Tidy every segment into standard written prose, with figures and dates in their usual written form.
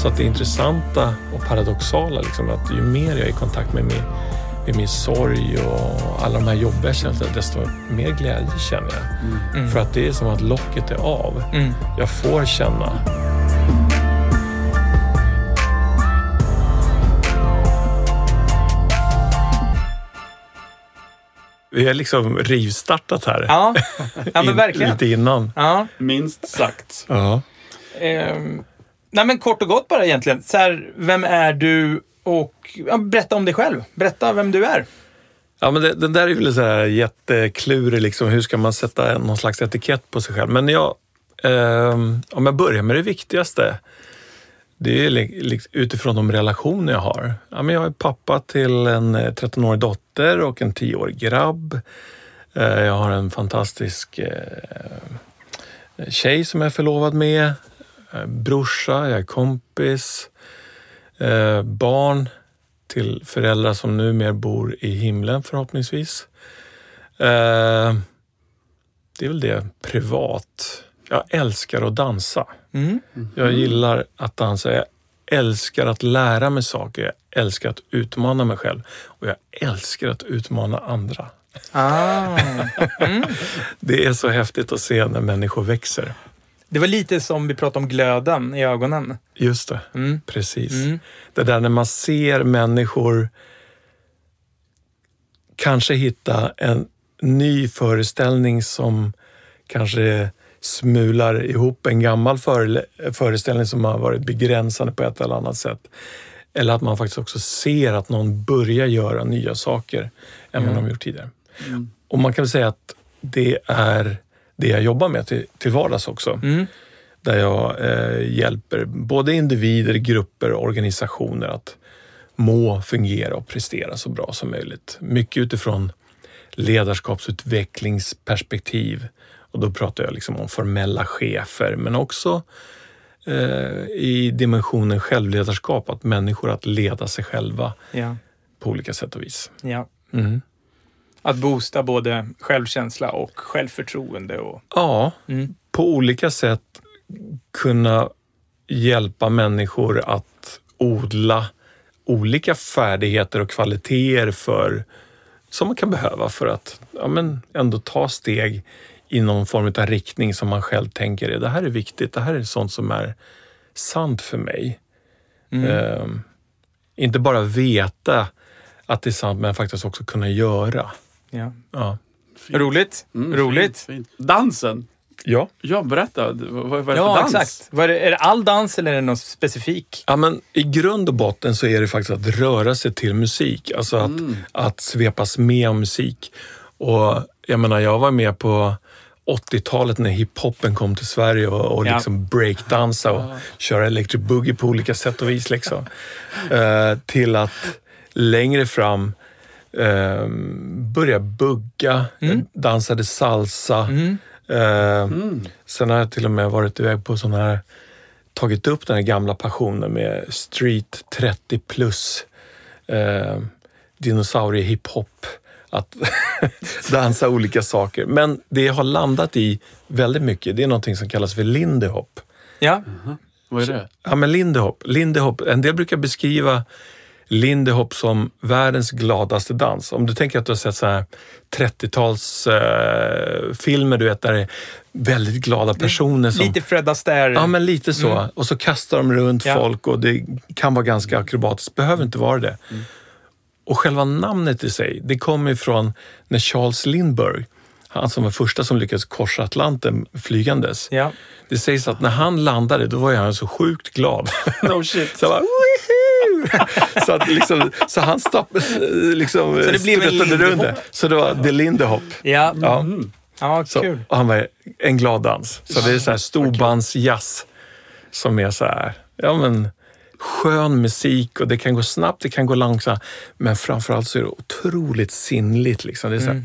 Så att det intressanta och paradoxala liksom, att ju mer jag är i kontakt med min sorg och alla de här jobbiga känslorna, desto mer glädje känner jag. För att det är som att locket är av. Jag får känna. Vi har liksom rivstartat här. Ja, men verkligen. Lite innan. Ja. Minst sagt. Ja. Nej, men kort och gott bara egentligen. Så här, vem är du? Och berätta om dig själv. Berätta vem du är. Ja, men det där är väl så här jätteklurig liksom. Hur ska man sätta någon slags etikett på sig själv? Men om jag börjar med det viktigaste. Det är utifrån de relationer jag har. Ja, men jag är pappa till en 13-årig dotter och en 10-årig grabb. Jag har en fantastisk tjej som jag är förlovad med. Brorsa, jag är kompis. Barn till föräldrar som numera bor i himlen förhoppningsvis. Det är väl det privat. Jag älskar att dansa. Jag gillar att dansa. Jag älskar att lära mig saker. Jag älskar att utmana mig själv. Och jag älskar att utmana andra. Det är så häftigt att se när människor växer. Det var lite som vi pratade om glöden i ögonen. Just det, precis. Det där när man ser människor kanske hitta en ny föreställning som kanske smular ihop en gammal föreställning som har varit begränsande på ett eller annat sätt. Eller att man faktiskt också ser att någon börjar göra nya saker än vad de gjort tidigare. Och man kan väl säga att det är det jag jobbar med till vardags också. Där jag hjälper både individer, grupper och organisationer att må, fungera och prestera så bra som möjligt. Mycket utifrån ledarskapsutvecklingsperspektiv. Och då pratar jag liksom om formella chefer, men också i dimensionen självledarskap, att människor att leda sig själva på olika sätt och vis. Ja. Att boosta både självkänsla och självförtroende. Ja, på olika sätt kunna hjälpa människor att odla olika färdigheter och kvaliteter som man kan behöva för att ändå ta steg i någon form av riktning som man själv tänker det här är viktigt, det här är sånt som är sant för mig. Inte bara veta att det är sant, men faktiskt också kunna göra. Ja. Fint. Roligt. Fint. Dansen. Ja. Ja, berätta. Vad är det för dans? Exakt. Är det all dans eller är det något specifik? Ja, men i grund och botten så är det faktiskt att röra sig till musik. Alltså att svepas med av musik. Och jag menar, jag var med på 80-talet när hiphopen kom till Sverige och liksom breakdansa och köra electric boogie på olika sätt och vis liksom. Till att längre fram börja bugga, dansade salsa. Sen har jag till och med varit iväg på sån här, tagit upp den här gamla passionen med street 30 plus dinosaurie hiphop, att dansa olika saker. Men det jag har landat i väldigt mycket, det är någonting som kallas för Lindy Hop. Ja. Vad är det? Ja, men Lindy Hop, en del brukar beskriva Lindy Hop som världens gladaste dans. Om du tänker att du har sett så här 30-tals filmer, du vet, där det är väldigt glada personer som... Lite Fred Astaire. Ja, men lite så. Och så kastar de runt folk och det kan vara ganska akrobatiskt. Behöver inte vara det. Och själva namnet i sig, det kommer ifrån när Charles Lindbergh, han som var första som lyckades korsa Atlanten flygandes. Ja. Det sägs att när han landade, då var han så sjukt glad. No shit. Så bara, så att liksom, så han liksom, så det blev en Lindy Hop. Så det var The Lindy Hop. Ja. Ja, så, kul. och han var en glad dans. Så det är så här storbandsjazz som är så här, skön musik, och det kan gå snabbt, det kan gå långsamt, men framförallt så är det otroligt sinnligt liksom. Det är så här,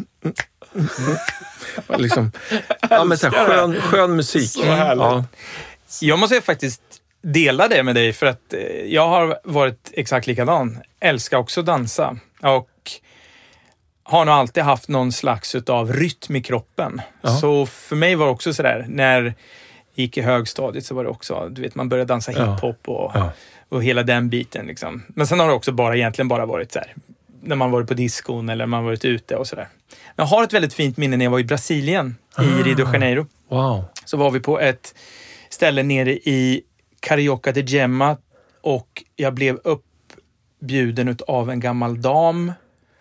liksom, men så här, skön musik. Så härligt. Ja. Jag måste faktiskt dela det med dig, för att jag har varit exakt likadan. Älskar också dansa och har nog alltid haft någon slags av rytm i kroppen. Så för mig var det också sådär, när gick i högstadiet så var det också, du vet, man började dansa hiphop och hela den biten liksom. Men sen har det också egentligen bara varit så här, när man varit på diskon eller man varit ute och sådär. Jag har ett väldigt fint minne när jag var i Brasilien, i Rio de Janeiro. Wow. Så var vi på ett ställe nere i Carioca de Gemma och jag blev uppbjuden av en gammal dam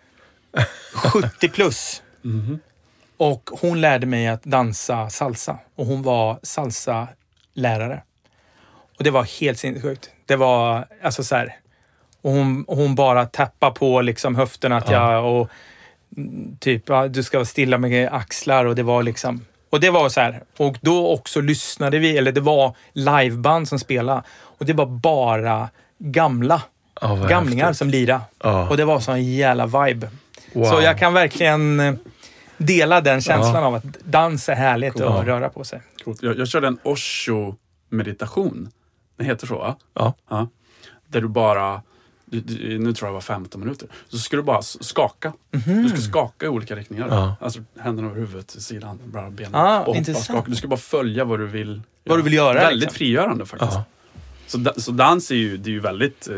70 plus. Och hon lärde mig att dansa salsa. Och hon var salsa-lärare. Och det var helt sinnessjukt. Det var alltså så här. Och hon bara tappade på liksom höfterna och typ, du ska vara stilla med axlar. Och det var liksom, och det var så här. Och då också lyssnade vi, eller det var liveband som spelade. Och det var bara gamlingar som lirade. Och det var sån jävla vibe. Wow. Så jag kan verkligen dela den känslan av att dans är härligt och röra på sig. Jag körde en Osho-meditation. Det heter så, va? Ja. Där du bara, nu tror jag det var 15 minuter. Så ska du bara skaka. Du ska skaka i olika riktningar. Ja. Alltså händerna över huvudet, sidan, bara benen. Och hoppa, skaka. Du ska bara följa vad du vill. Vad du vill göra. Väldigt liksom frigörande faktiskt. Så dans är ju väldigt,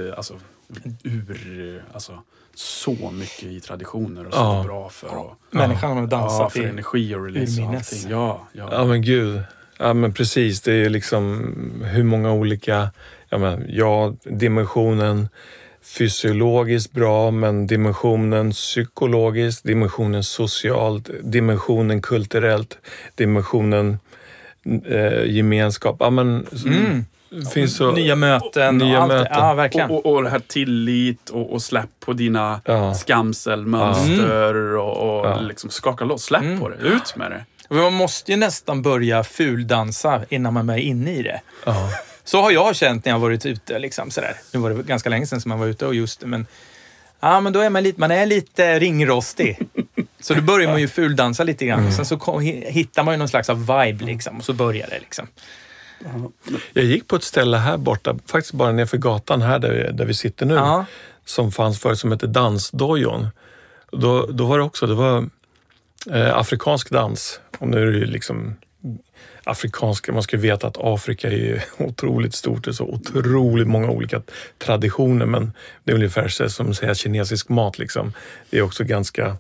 så mycket i traditioner och så bra för människan har dansat för energi och release och allting. Ja, men gud. Ja, men precis. Det är ju liksom hur många olika, dimensionen fysiologiskt bra, men dimensionen psykologiskt, dimensionen socialt, dimensionen kulturellt, dimensionen gemenskap. Ja, men finns så nya möten och allt. Ja, verkligen. Och det här tillit och släpp på dina skamselmönster och liksom skaka loss, släpp på det, ut med det. Man måste ju nästan börja fuldansa innan man är inne i det. Så har jag känt när jag varit ute liksom sådär. Nu var det ganska länge sedan som man var ute och just det, men då är man är lite ringrostig. Så då börjar man ju fuldansa lite grann. Sen så hittar man ju någon slags av vibe liksom, och så börjar det liksom. Jag gick på ett ställe här borta, faktiskt bara nerför gatan här där vi sitter nu, som fanns förut, som heter Dansdojon. Då var det också, afrikansk dans. Och nu är det ju liksom afrikanska, man ska veta att Afrika är otroligt stort, det är så otroligt många olika traditioner, men det är ungefär som att säga kinesisk mat liksom. Det är också ganska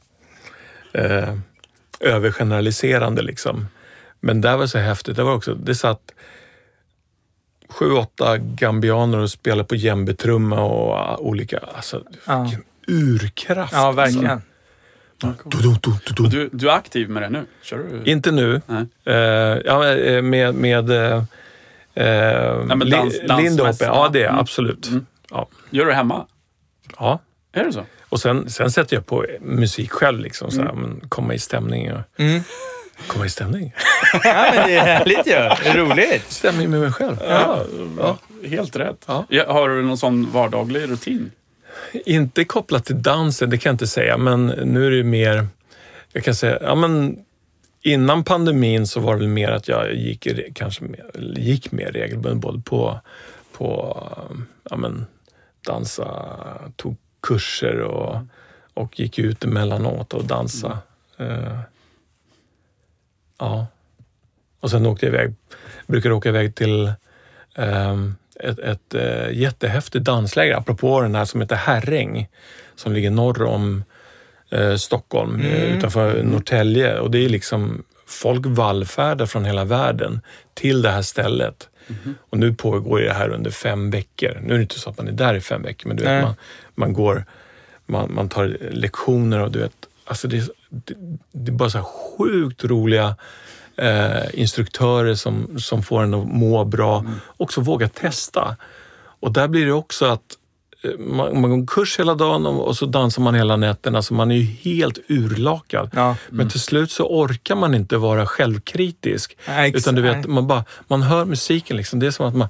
övergeneraliserande liksom. Men det var så häftigt, det satt 7-8 gambianer och spelade på djembetrumma och olika, alltså vilken urkraft. Ja, verkligen. Du är aktiv med det nu? Kör du? Inte nu. Linda uppe. Ja, det är absolut. Ja. Gör du hemma? Ja. Är det så? Och sen sätter jag på musik själv liksom, så här, komma i stämning. Komma i stämning. Ja, men det är härligt ju. Det är roligt. Stämning med mig själv. Ja. Helt rätt. Ja. Har du någon sån vardaglig rutin? Inte kopplat till dansen, det kan jag inte säga, men nu är det mer, jag kan säga, innan pandemin så var det väl mer att jag gick mer regelbundet både på dansa, tog kurser och gick ut emellanåt och dansa. Och sen brukade åka iväg till ett jättehäftigt dansläger, apropå den här som heter Herräng, som ligger norr om Stockholm, utanför Norrtälje, och det är liksom folk vallfärdar från hela världen till det här stället. Och nu pågår det här under 5 veckor. Nu är det inte så att man är där i 5 veckor, men du vet, man tar lektioner och du vet, alltså det är bara så här sjukt roliga instruktörer som får en att må bra, också våga testa. Och där blir det också att man går en kurs hela dagen och så dansar man hela nätterna, så man är ju helt urlakad. Men till slut så orkar man inte vara självkritisk. Utan du vet, man hör musiken liksom, det är som att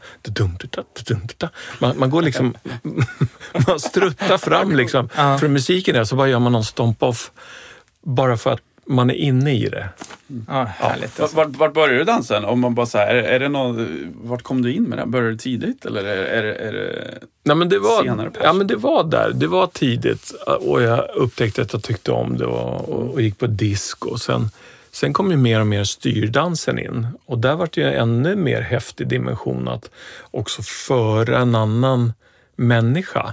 man går liksom man struttar fram liksom för musiken där, så bara gör man någon stomp-off bara för att man är inne i det. Härligt. Vart började du dansen? Om man bara så här, är det vart kom du in med det? Började du tidigt eller är det nej, men det var senare? Men det var där. Det var tidigt och jag upptäckte att jag tyckte om det och gick på disk, och sen Sen kom ju mer och mer styrdansen in. Och där var det ju en ännu mer häftig dimension att också föra en annan människa.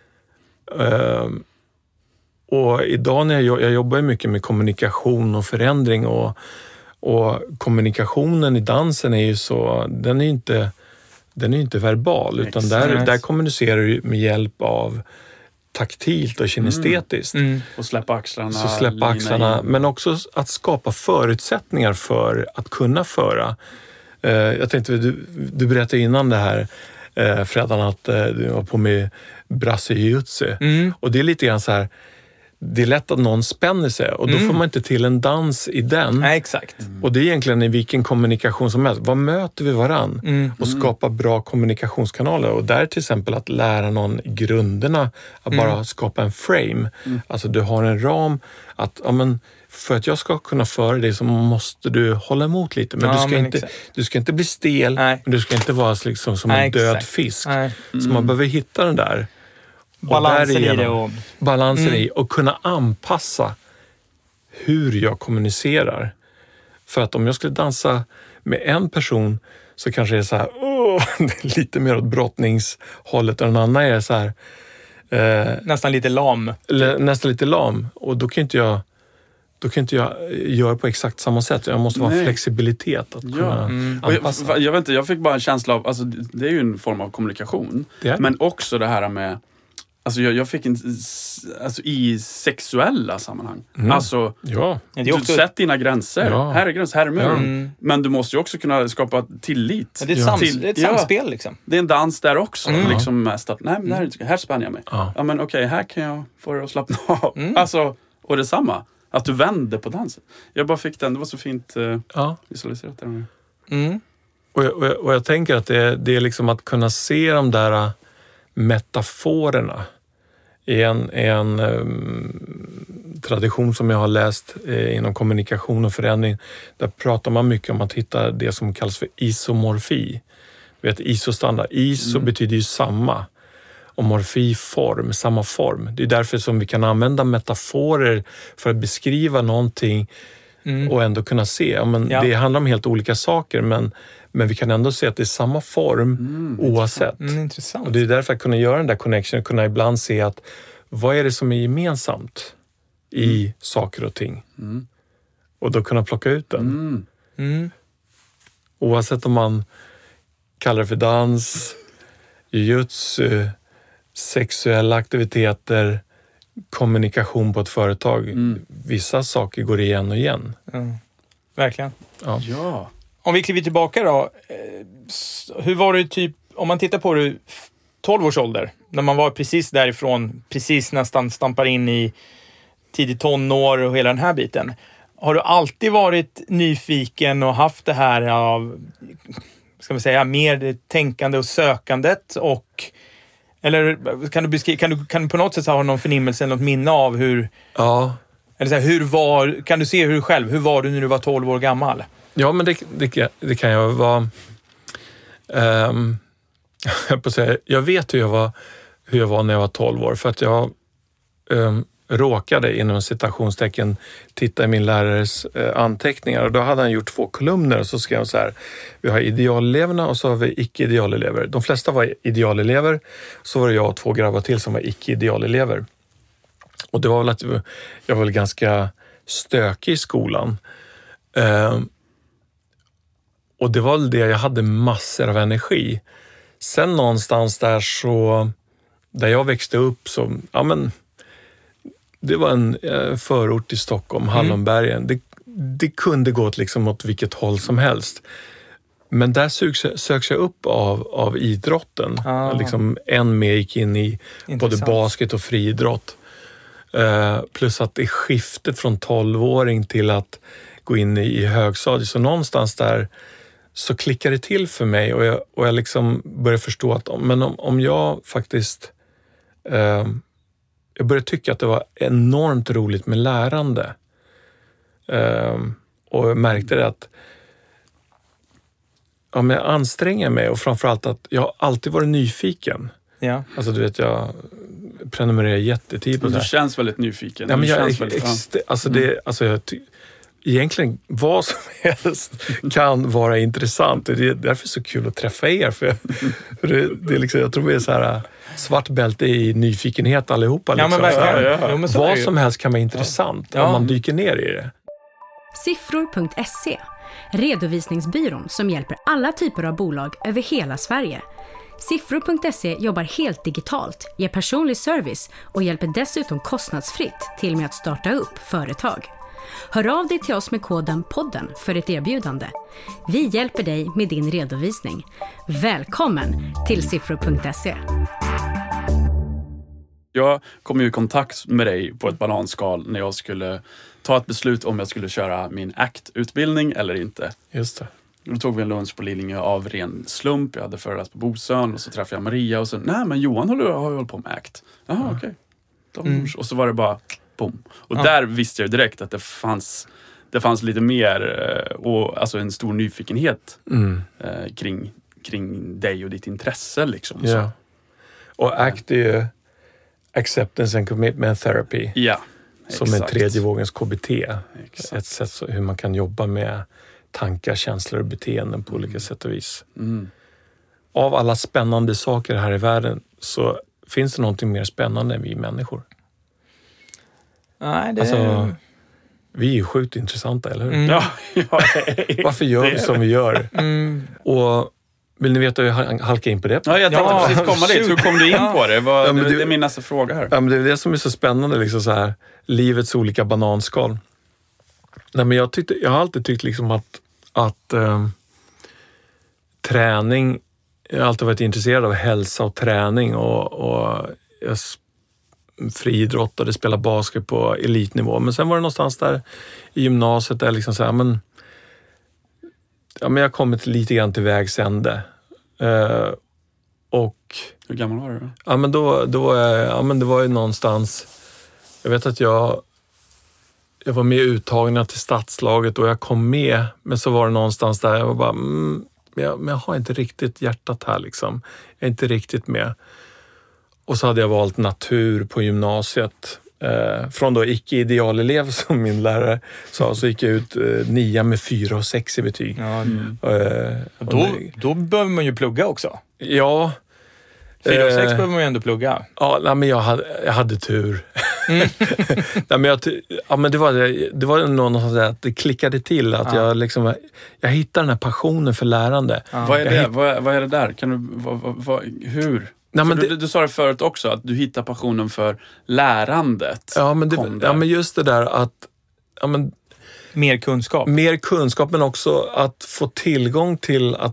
Och idag när jag jobbar ju mycket med kommunikation och förändring och kommunikationen i dansen är ju så, den är inte verbal, utan där kommunicerar du med hjälp av taktilt och kinestetiskt. Och släppa axlarna. Så släppa axlarna, men också att skapa förutsättningar för att kunna föra. Jag tänkte, du berättade innan det här, Fredan, att du var på med brasse-jiu-jitsu. Och det är lite grann så här, det är lätt att någon spänner sig och då får man inte till en dans i den. Nej, exakt. Och det är egentligen i vilken kommunikation som helst. Vad möter vi varann? Och skapa bra kommunikationskanaler. Och där till exempel att lära någon grunderna att bara skapa en frame. Alltså du har en ram att för att jag ska kunna föra dig så måste du hålla emot lite. Men du ska inte bli stel. Nej. Men du ska inte vara liksom som en död fisk. Så man behöver hitta den där. Balansen i det. Balansen i och kunna anpassa hur jag kommunicerar. För att om jag skulle dansa med en person så kanske det är så här, det är lite mer åt brottningshållet, och den andra är så här nästan lite lam. Nästan lite lam. Och då kan inte jag göra på exakt samma sätt. Jag måste ha flexibilitet att kunna anpassa. Jag vet inte, jag fick bara en känsla av, alltså det är ju en form av kommunikation. Men också det här med, alltså jag fick alltså i sexuella sammanhang. Alltså, du sätter dina gränser. Ja. Här är gränser, här är muren. Men du måste ju också kunna skapa tillit. Det är ett samspel liksom. Det är en dans där också. Liksom mest att, nej men här spänner jag mig. Ja men okej, här kan jag få det att slappna av. Alltså, och detsamma. Att du vänder på dansen. Jag bara fick den, det var så fint visualiserat där. Och jag tänker att det är liksom att kunna se de där metaforerna i en tradition som jag har läst inom kommunikation och förändring. Där pratar man mycket om att hitta det som kallas för isomorfi. Du vet, isostandard. Iso betyder ju samma. Och morfi form, samma form. Det är därför som vi kan använda metaforer för att beskriva någonting och ändå kunna se. Det handlar om helt olika saker, men vi kan ändå se att det är samma form oavsett. Intressant. Och det är därför att kunna göra den där connection och kunna ibland se att vad är det som är gemensamt i saker och ting. Och då kunna plocka ut den. Oavsett om man kallar det för dans, jiu-jitsu, sexuella aktiviteter, kommunikation på ett företag. Vissa saker går igen och igen. Verkligen. Ja. Om vi kliver tillbaka då. Hur var det typ, om man tittar på det 12 års ålder, när man var precis därifrån, precis nästan stampar in i tidigt tonår och hela den här biten. Har du alltid varit nyfiken och haft det här av, ska vi säga, mer tänkande och sökandet, och eller kan du på något sätt ha någon förnimmelse eller något minne av hur eller så här, kan du se hur var du när du var 12 år gammal? Ja, men det kan jag vara. Jag vet hur jag var när jag var 12 år, för att jag råkade inom citationstecken titta i min lärares anteckningar, och då hade han gjort 2 kolumner och så skrev han så här: vi har idealeleverna och så har vi icke-idealelever. De flesta var idealelever, så var det jag och 2 grabbar till som var icke-idealelever. Och det var väl att jag var ganska stökig i skolan. Och det var väl det, jag hade massor av energi. Sen någonstans där där jag växte upp så, det var en förort i Stockholm, Hallonbergen. Det kunde gå liksom åt vilket håll som helst. Men där söks jag upp av idrotten. Liksom än mer gick in i både basket och friidrott. Plus att det skiftet från 12-åring till att gå in i högstadiet. Så någonstans där så klickade det till för mig, och jag liksom började förstå att om jag faktiskt jag började tycka att det var enormt roligt med lärande. Och jag märkte det att jag anstränger mig, och framförallt att jag har alltid varit nyfiken. Ja. Alltså du vet, jag prenumererar jättetidigt på det. Du känns väldigt nyfiken. Ja, men egentligen vad som helst kan vara intressant. Det är därför så kul att träffa er. För det är liksom, jag tror vi är så här svart bälte i nyfikenhet allihopa. Liksom. Ja, men verkligen. Vad som helst kan vara intressant om man dyker ner i det. Siffror.se, redovisningsbyrån som hjälper alla typer av bolag över hela Sverige. Siffror.se jobbar helt digitalt, ger personlig service och hjälper dessutom kostnadsfritt till med att starta upp företag. Hör av dig till oss med koden podden för ett erbjudande. Vi hjälper dig med din redovisning. Välkommen till Siffror.se. Jag kom ju i kontakt med dig på ett bananskal när jag skulle ta ett beslut om jag skulle köra min ACT-utbildning eller inte. Just det. Då tog vi en lunch på Lidingö av ren slump. Jag hade föreläst på Bosön och så träffade jag Maria och så, nej men Johan har hållit på med ACT. Jaha, okej. Och så var det bara, boom. Och där visste jag direkt att det fanns lite mer och alltså en stor nyfikenhet kring dig och ditt intresse liksom. Ja. Och ACT är ju Acceptance and Commitment Therapy. Ja, som en tredje vågens KBT. Exakt. Ett sätt så, hur man kan jobba med tankar, känslor och beteenden på olika sätt och vis. Av alla spännande saker här i världen så finns det någonting mer spännande än vi människor. Nej, alltså, vi är ju sjukt intressanta, eller hur? Ja, varför gör vi som vi gör? Och vill ni veta hur jag halkar in på det? Ja, jag tänkte precis komma dit. Hur kom du in på det? Det är min nästa fråga här. Ja, men det är det som är så spännande, liksom så här, livets olika bananskal. Nej, men jag har alltid tyckt liksom att träning, jag har alltid varit intresserad av hälsa och träning och jag friidrottade, spelade basket på elitnivå. Men sen var det någonstans där i gymnasiet där liksom så här, men jag kommit lite grann till vägs ände. Och hur gammal var du då? Ja, men det var ju någonstans, jag vet att jag var med uttagna till stadslaget och jag kom med, men så var det någonstans där jag var bara, men jag har inte riktigt hjärtat här liksom. Jag är inte riktigt med. Och så hade jag valt natur på gymnasiet. Från då icke-idealelev som min lärare sa, så gick jag ut 9 med 4 och 6 i betyg. Ja, då behöver man ju plugga också. Ja. 4 och 6 behöver man ju ändå plugga. Ja, nej, men jag hade tur. Nej, men det var någon som att det klickade till att jag hittade den här passionen för lärande. Vad är det? Vad är det där? Kan du hur? Nej, men du sa det förut också, att du hittar passionen för lärandet. Ja, men just det där att mer kunskap. Mer kunskap, men också att få tillgång till att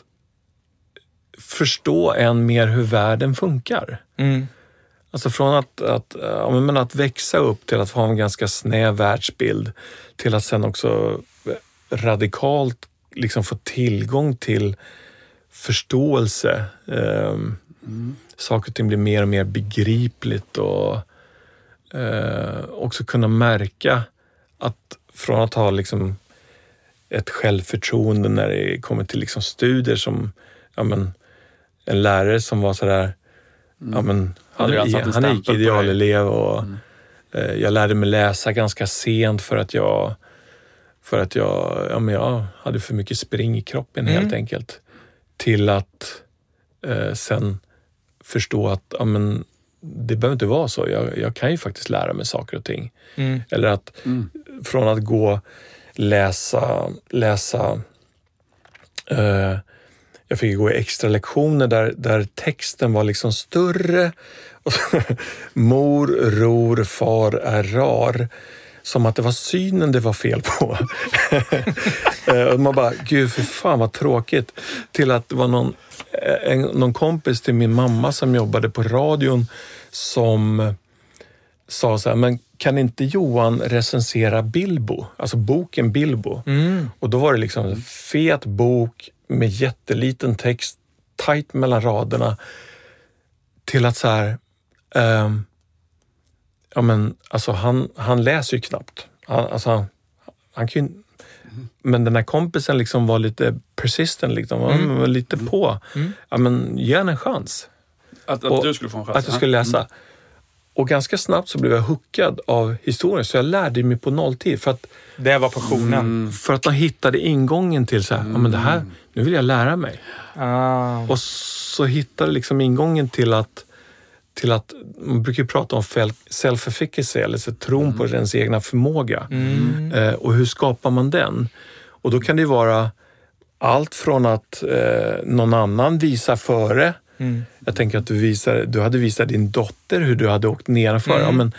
förstå än mer hur världen funkar. Alltså från att växa upp till att ha en ganska snäv världsbild till att sen också radikalt liksom få tillgång till förståelse. Saker och ting blir mer och mer begripligt och också kunna märka att från att ha liksom ett självförtroende när det kommer till liksom studier som en lärare som var sådär han gick idealelev och jag lärde mig läsa ganska sent för att jag hade för mycket spring i kroppen helt enkelt, till att sen förstå att det behöver inte vara så. Jag kan ju faktiskt lära mig saker och ting. Eller att från att gå läsa jag fick gå i extra lektioner där texten var liksom större. Och mor ror, far är rar. Som att det var synen det var fel på. Och man bara, gud för fan vad tråkigt. Till att det var någon kompis till min mamma som jobbade på radion som sa så här, men kan inte Johan recensera Bilbo? Alltså boken Bilbo. Och då var det liksom en fet bok med jätteliten text, tajt mellan raderna, till att så här alltså han läser ju knappt. Han kan ju, men den här kompisen liksom var lite persistent liksom, var lite på. Ja, men ge en chans. Att du skulle få en chans. Att jag skulle läsa. Och ganska snabbt så blev jag hookad av historien. Så jag lärde mig på nolltid. För att, det var passionen. För att man hittade ingången till så här, ja men det här, nu vill jag lära mig. Och så hittade liksom ingången till att man brukar ju prata om self-efficacy, eller så tron på ens egna förmåga. Och hur skapar man den? Och då kan det vara allt från att någon annan visar före. Jag tänker att du hade visat din dotter hur du hade åkt nedanför. Ja, men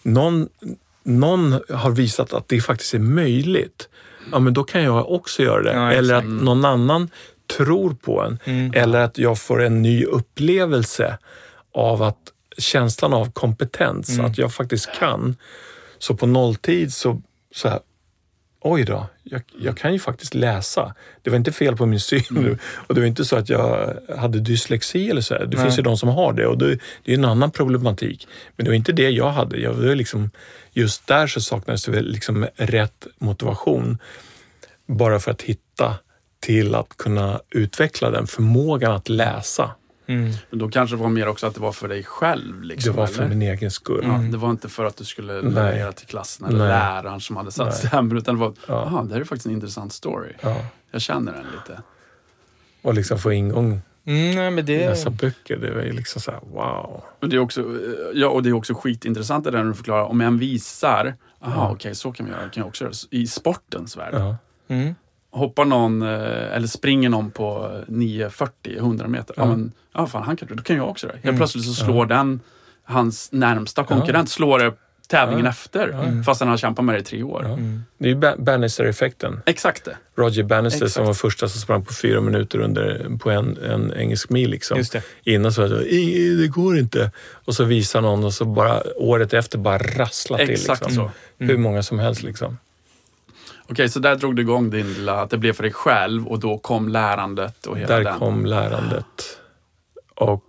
någon har visat att det faktiskt är möjligt. Ja, men då kan jag också göra det. Ja, eller att någon annan tror på en. Eller att jag får en ny upplevelse av att känslan av kompetens. Att jag faktiskt kan. Så på nolltid så här, oj då, jag kan ju faktiskt läsa. Det var inte fel på min syn nu. Och det var inte så att jag hade dyslexi eller så här. Det finns ju de som har det och det är en annan problematik. Men det var inte det jag hade. Jag var liksom, just där så saknades det liksom rätt motivation. Bara för att hitta till att kunna utveckla den förmågan att läsa. Men då kanske det var mer också att det var för dig själv. Liksom, det var för min egen skull. Ja, det var inte för att du skulle leverera till klassen eller läraren som hade satt stämmer. Utan det var, det här är faktiskt en intressant story. Jag känner den lite. Och liksom få ingång. Men det... Läsa böcker, det var ju liksom så här, wow. Och det är också, och det är också skitintressant det där när du förklarar. Om en visar, okej, så kan vi göra. Kan jag också göra i sportens värld. Hoppar någon eller springer någon på 9,40, 100 meter. Fan, han kan det. Då kan jag också det. Helt plötsligt så slår den hans närmsta konkurrent slår tävlingen efter. Fast han har kämpat med det i 3 år. Det är ju Bannister-effekten. Exakt det. Roger Bannister som var första som sprang på 4 minuter på en engelsk mil liksom. Just det. Innan så det går inte. Och så visar någon och så bara året efter bara rasslar till. Exakt liksom. så. Hur många som helst liksom. Okej, så där drog du igång din lilla, att det blev för dig själv och då kom lärandet och hela där den. Kom lärandet. Och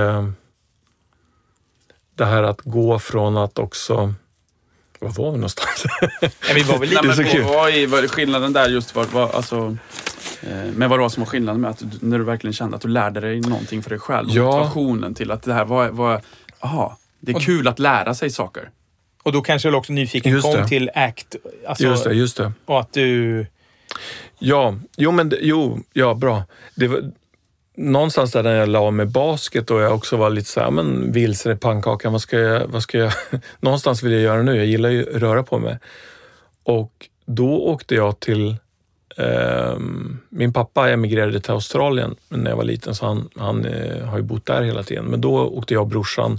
det här att gå från att också... Var var vi någonstans? Vi var väl lite vad är skillnaden där just alltså, men vad var som var skillnaden med att när du verkligen kände att du lärde dig någonting för dig själv? Motivationen till att det här det är kul att lära sig saker. Och då kanske du också nyfiken kom till ACT. Alltså, just det. Och att du... bra. Det var någonstans där när jag la med basket och jag också var lite så här, vilsen i pannkakan, vad ska jag någonstans vill jag göra nu, jag gillar ju att röra på mig. Och då åkte jag till min pappa emigrerade till Australien när jag var liten, så han har ju bott där hela tiden. Men då åkte jag och brorsan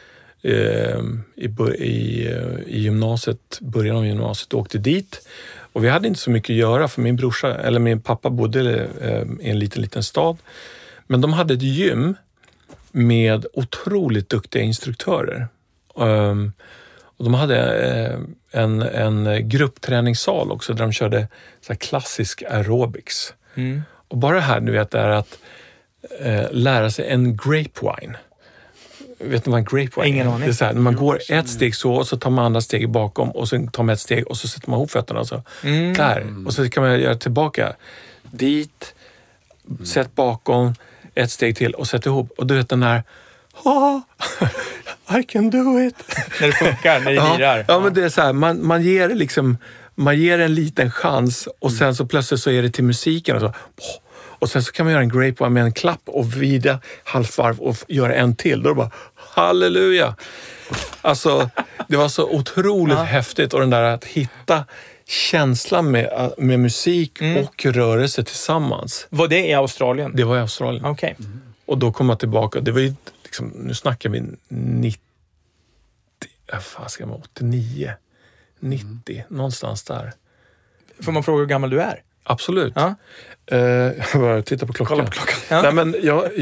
i gymnasiet, början av gymnasiet, åkte dit. Och vi hade inte så mycket att göra för min pappa bodde i en liten stad. Men de hade ett gym med otroligt duktiga instruktörer. Och de hade en gruppträningssal också där de körde så här klassisk aerobics. Och bara här nu vet är att lära sig en grape wine. Vet ni vad en grape wine är? Ingen aning. Det är så här, när man går ett steg så och så tar man andra steg bakom och så tar man ett steg och så sätter man ihop fötterna så. Där. Och så kan man göra tillbaka. Dit, sätt bakom, ett steg till och sätt ihop. Och du vet den här I can do it. När det funkar, när det lirar. Ja, men det är så här, man ger en liten chans och sen så plötsligt så är det till musiken och så. Och sen så kan man göra en grape wine med en klapp och vrida halvvarv och göra en till. Då är det bara, halleluja! Alltså, det var så otroligt häftigt. Och den där att hitta känslan med musik och rörelse tillsammans. Var det i Australien? Det var i Australien. Okej. Och då kom jag tillbaka. Det var ju liksom, nu snackar vi 89, 90, någonstans där. Får man fråga hur gammal du är? Absolut. Ja. Jag bara tittar på klockan. Kolla på klockan. Ja. Nej, men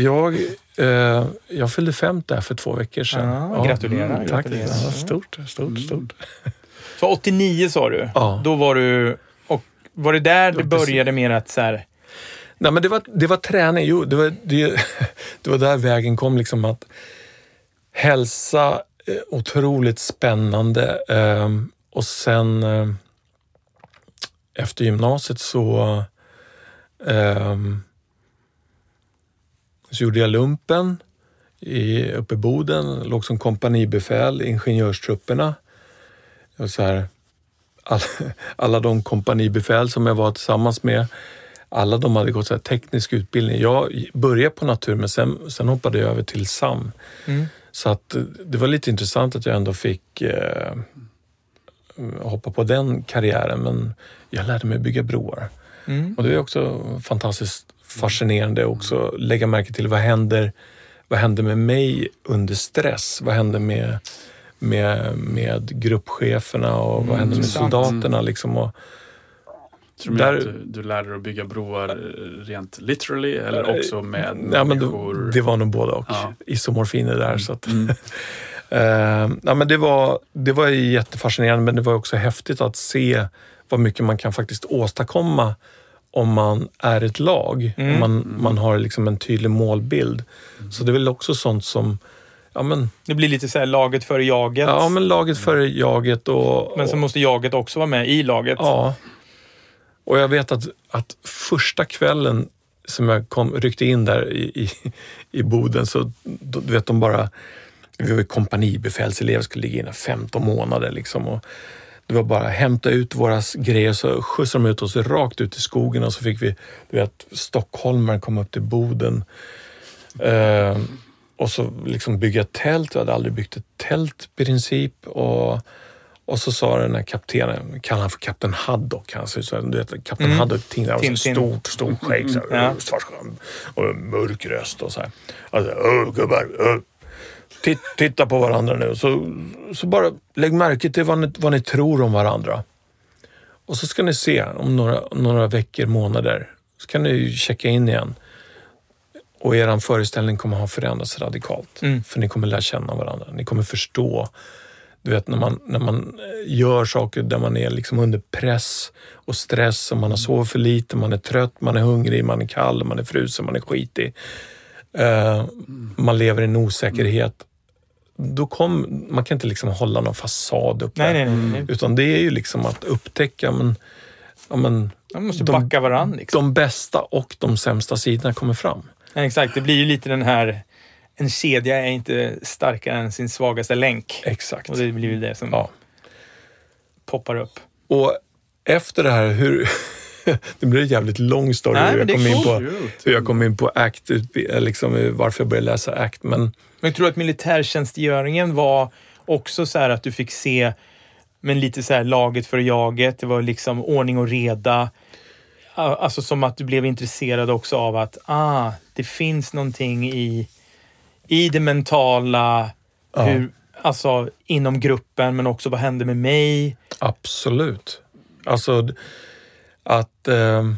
jag fyllde 50 där för 2 veckor sedan. Ja, gratulerar. Tack. Gratulerar. Ja, stort. Så 89 sa du? Ja. Då var du... Och var det där det började med att så här... Nej, men det var träning. Jo, det var där vägen kom liksom att hälsa, otroligt spännande. Och sen efter gymnasiet så gjorde jag lumpen. uppe i Boden, låg som kompanibefäl i ingenjörstrupperna. Och så här, alla de kompanibefäl som jag var tillsammans med, alla de hade gått så här teknisk utbildning. Jag började på natur, men sen hoppade jag över till SAM. Så att det var lite intressant att jag ändå fick hoppa på den karriären, men jag lärde mig bygga broar. Och det är också fantastiskt fascinerande också lägga märke till vad händer med mig under stress, vad händer med gruppcheferna och vad händer med soldaterna liksom. Och tror du att du lärde dig att bygga broar rent literally eller också med människor? Det var nog både och. Isomorfiner där. Så att, men det var jättefascinerande, men det var också häftigt att se vad mycket man kan faktiskt åstadkomma om man är ett lag. Om man har liksom en tydlig målbild. Så det är väl också sånt som... det blir lite så här laget före jaget. Ja, men laget före jaget. Men så måste jaget också vara med i laget. Ja. Och jag vet att första kvällen som jag ryckte in där i Boden, så du vet de bara... Vi var kompanibefälselever, skulle ligga in 15 månader liksom, och det var bara hämta ut våra grejer, så skjutsade de ut oss rakt ut i skogen, och så fick vi, du vet, stockholmare kom upp till Boden och så liksom bygga ett tält. Jag hade aldrig byggt ett tält i princip, och så sa den här kaptenen, kallar han för Kapten Haddock, han ser så, du vet, Kapten Haddock, ting där, och så stort skägg, så här, svartskärm och mörk röst och så här. Alltså, gubbar, titta på varandra nu, så bara lägg märke till vad ni tror om varandra. Och så ska ni se om några veckor, månader, så kan ni checka in igen. Och er föreställning kommer ha förändrats radikalt. För ni kommer lära känna varandra. Ni kommer förstå, du vet, när man gör saker där man är liksom under press och stress, och man har sovit för lite, man är trött, man är hungrig, man är kall, man är frusen, man är skitig. Man lever i en osäkerhet. Man kan inte liksom hålla någon fasad upp där. Nej. Utan det är ju liksom att upptäcka, man måste backa varandra liksom. De bästa och de sämsta sidorna kommer fram. Ja, exakt, det blir ju lite den här, en kedja är inte starkare än sin svagaste länk. Exakt. Och det blir ju det som poppar upp. Och efter det här, det blir en jävligt lång story hur jag kom in på ACT, liksom varför jag började läsa ACT. Men jag tror att militärtjänstgöringen var också så här att du fick se, men lite så här laget för jaget, det var liksom ordning och reda. Alltså som att du blev intresserad också av att det finns någonting i det mentala, alltså inom gruppen, men också vad hände med mig. Absolut. Alltså att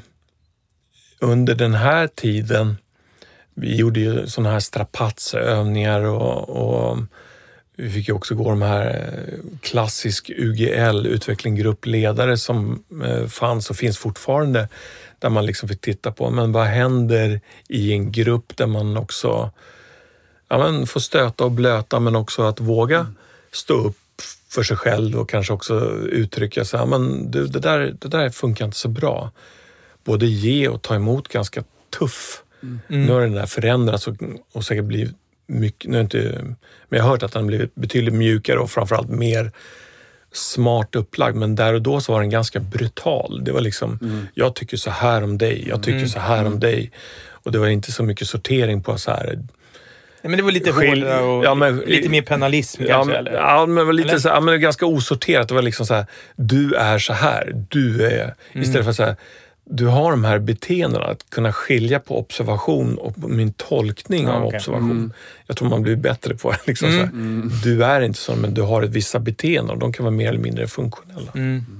under den här tiden, vi gjorde ju sådana här strapatsövningar och vi fick ju också gå de här klassisk UGL, utveckling-gruppledare, som fanns och finns fortfarande, där man liksom fick titta på, men vad händer i en grupp där man också får stöta och blöta, men också att våga stå upp för sig själv och kanske också uttrycka sig, men det där funkar inte så bra. Både ge och ta emot, ganska tuff. Nu har den där förändrats och säkert blivit mycket, men jag har hört att den blivit betydligt mjukare och framförallt mer smart upplagd, men där och då så var den ganska brutal. Det var liksom, jag tycker så här om dig, jag tycker så här om dig, och det var inte så mycket sortering på så här. Men det var lite hårdare och lite mer penalism kanske, eller? Ja, men det var lite så här, men ganska osorterat. Det var liksom så här, du är så här, du är, istället för så här, du har de här beteendena, att kunna skilja på observation och min tolkning av observation. Jag tror man blir bättre på det. Liksom så här. Du är inte så, men du har ett vissa beteenden och de kan vara mer eller mindre funktionella.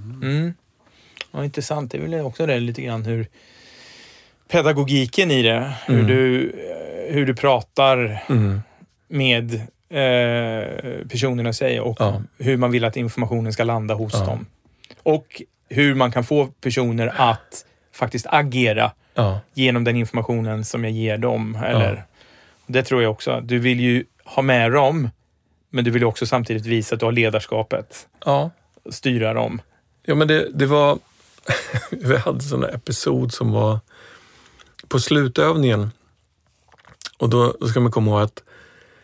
Ja, intressant. Det är väl också det lite grann hur pedagogiken i det, hur du pratar med personerna säger och hur man vill att informationen ska landa hos dem. Och hur man kan få personer att faktiskt agera genom den informationen som jag ger dem. Eller, det tror jag också. Du vill ju ha med dem, men du vill ju också samtidigt visa att du har ledarskapet. Styra dem. Ja, men det var... vi hade sån här episod som var på slutövningen. Och då ska man komma ihåg att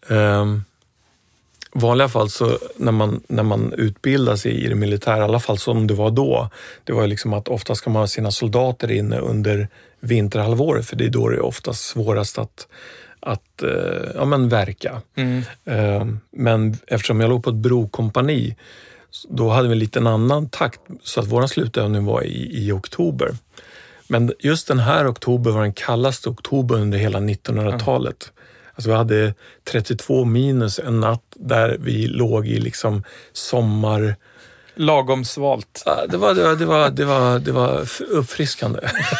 vanliga fall så när man utbildar sig i det militära, i alla fall som det var då, det var liksom att ofta ska man ha sina soldater inne under vinterhalvåret, för det är då det är oftast svårast att verka. Men eftersom jag låg på ett brokompani, då hade vi en liten annan takt, så att våran slutövning var i oktober. Men just den här oktober var den kallaste oktober under hela 1900-talet. Alltså vi hade 32 minus en natt där vi låg i liksom sommar... Lagom svalt. Ja, det var uppfriskande.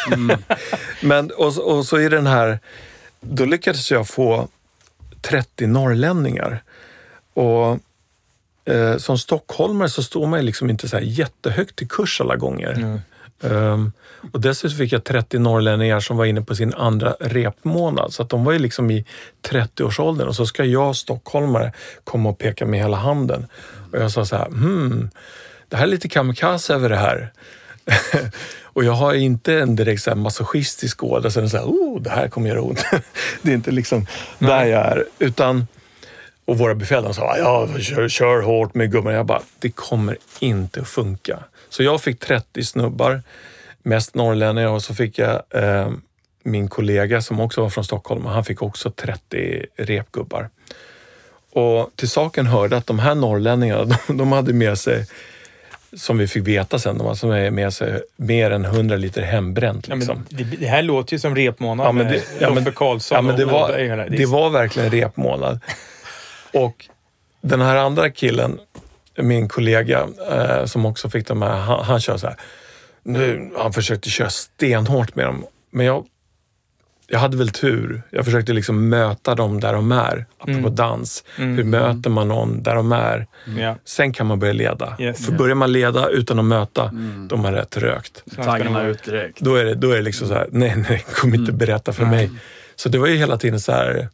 Men och så i den här, då lyckades jag få 30 norrlänningar. Och som stockholmare så står man liksom inte så här jättehögt i kurs alla gånger. Och dessutom fick jag 30 norrlänningar som var inne på sin andra repmånad. Så att de var ju liksom i 30-årsåldern. Och så ska jag, stockholmare, komma och peka med hela handen. Och jag sa så här, det här är lite kamikaze över det här. Och jag har inte en direkt så här masochistisk ådra. Så här, det här kommer göra ont. Det är inte liksom där jag är. Utan, och våra befäl sa, kör hårt med gumman. Jag bara, det kommer inte att funka. Så jag fick 30 snubbar, mest norrlänningar, och så fick jag min kollega som också var från Stockholm, och han fick också 30 repgubbar. Och till saken hörde att de här norrlänningarna, de hade med sig, som vi fick veta sen, de hade med sig mer än 100 liter hembränt. Liksom. Ja, det här låter ju som repmånad med Roffe Karlsson. Ja, men det var verkligen repmånad. Och den här andra killen, min kollega som också fick de här, han kör så här. Han försökte köra stenhårt med dem. Men jag hade väl tur. Jag försökte liksom möta dem där de är. Apropå dans. Hur möter man någon där de är? Sen kan man börja leda. För börjar man leda utan att möta, de har rätt rökt. Taggarna ut direkt. Då är det liksom så här, nej, kom inte berätta för mig. Så det var ju hela tiden så här,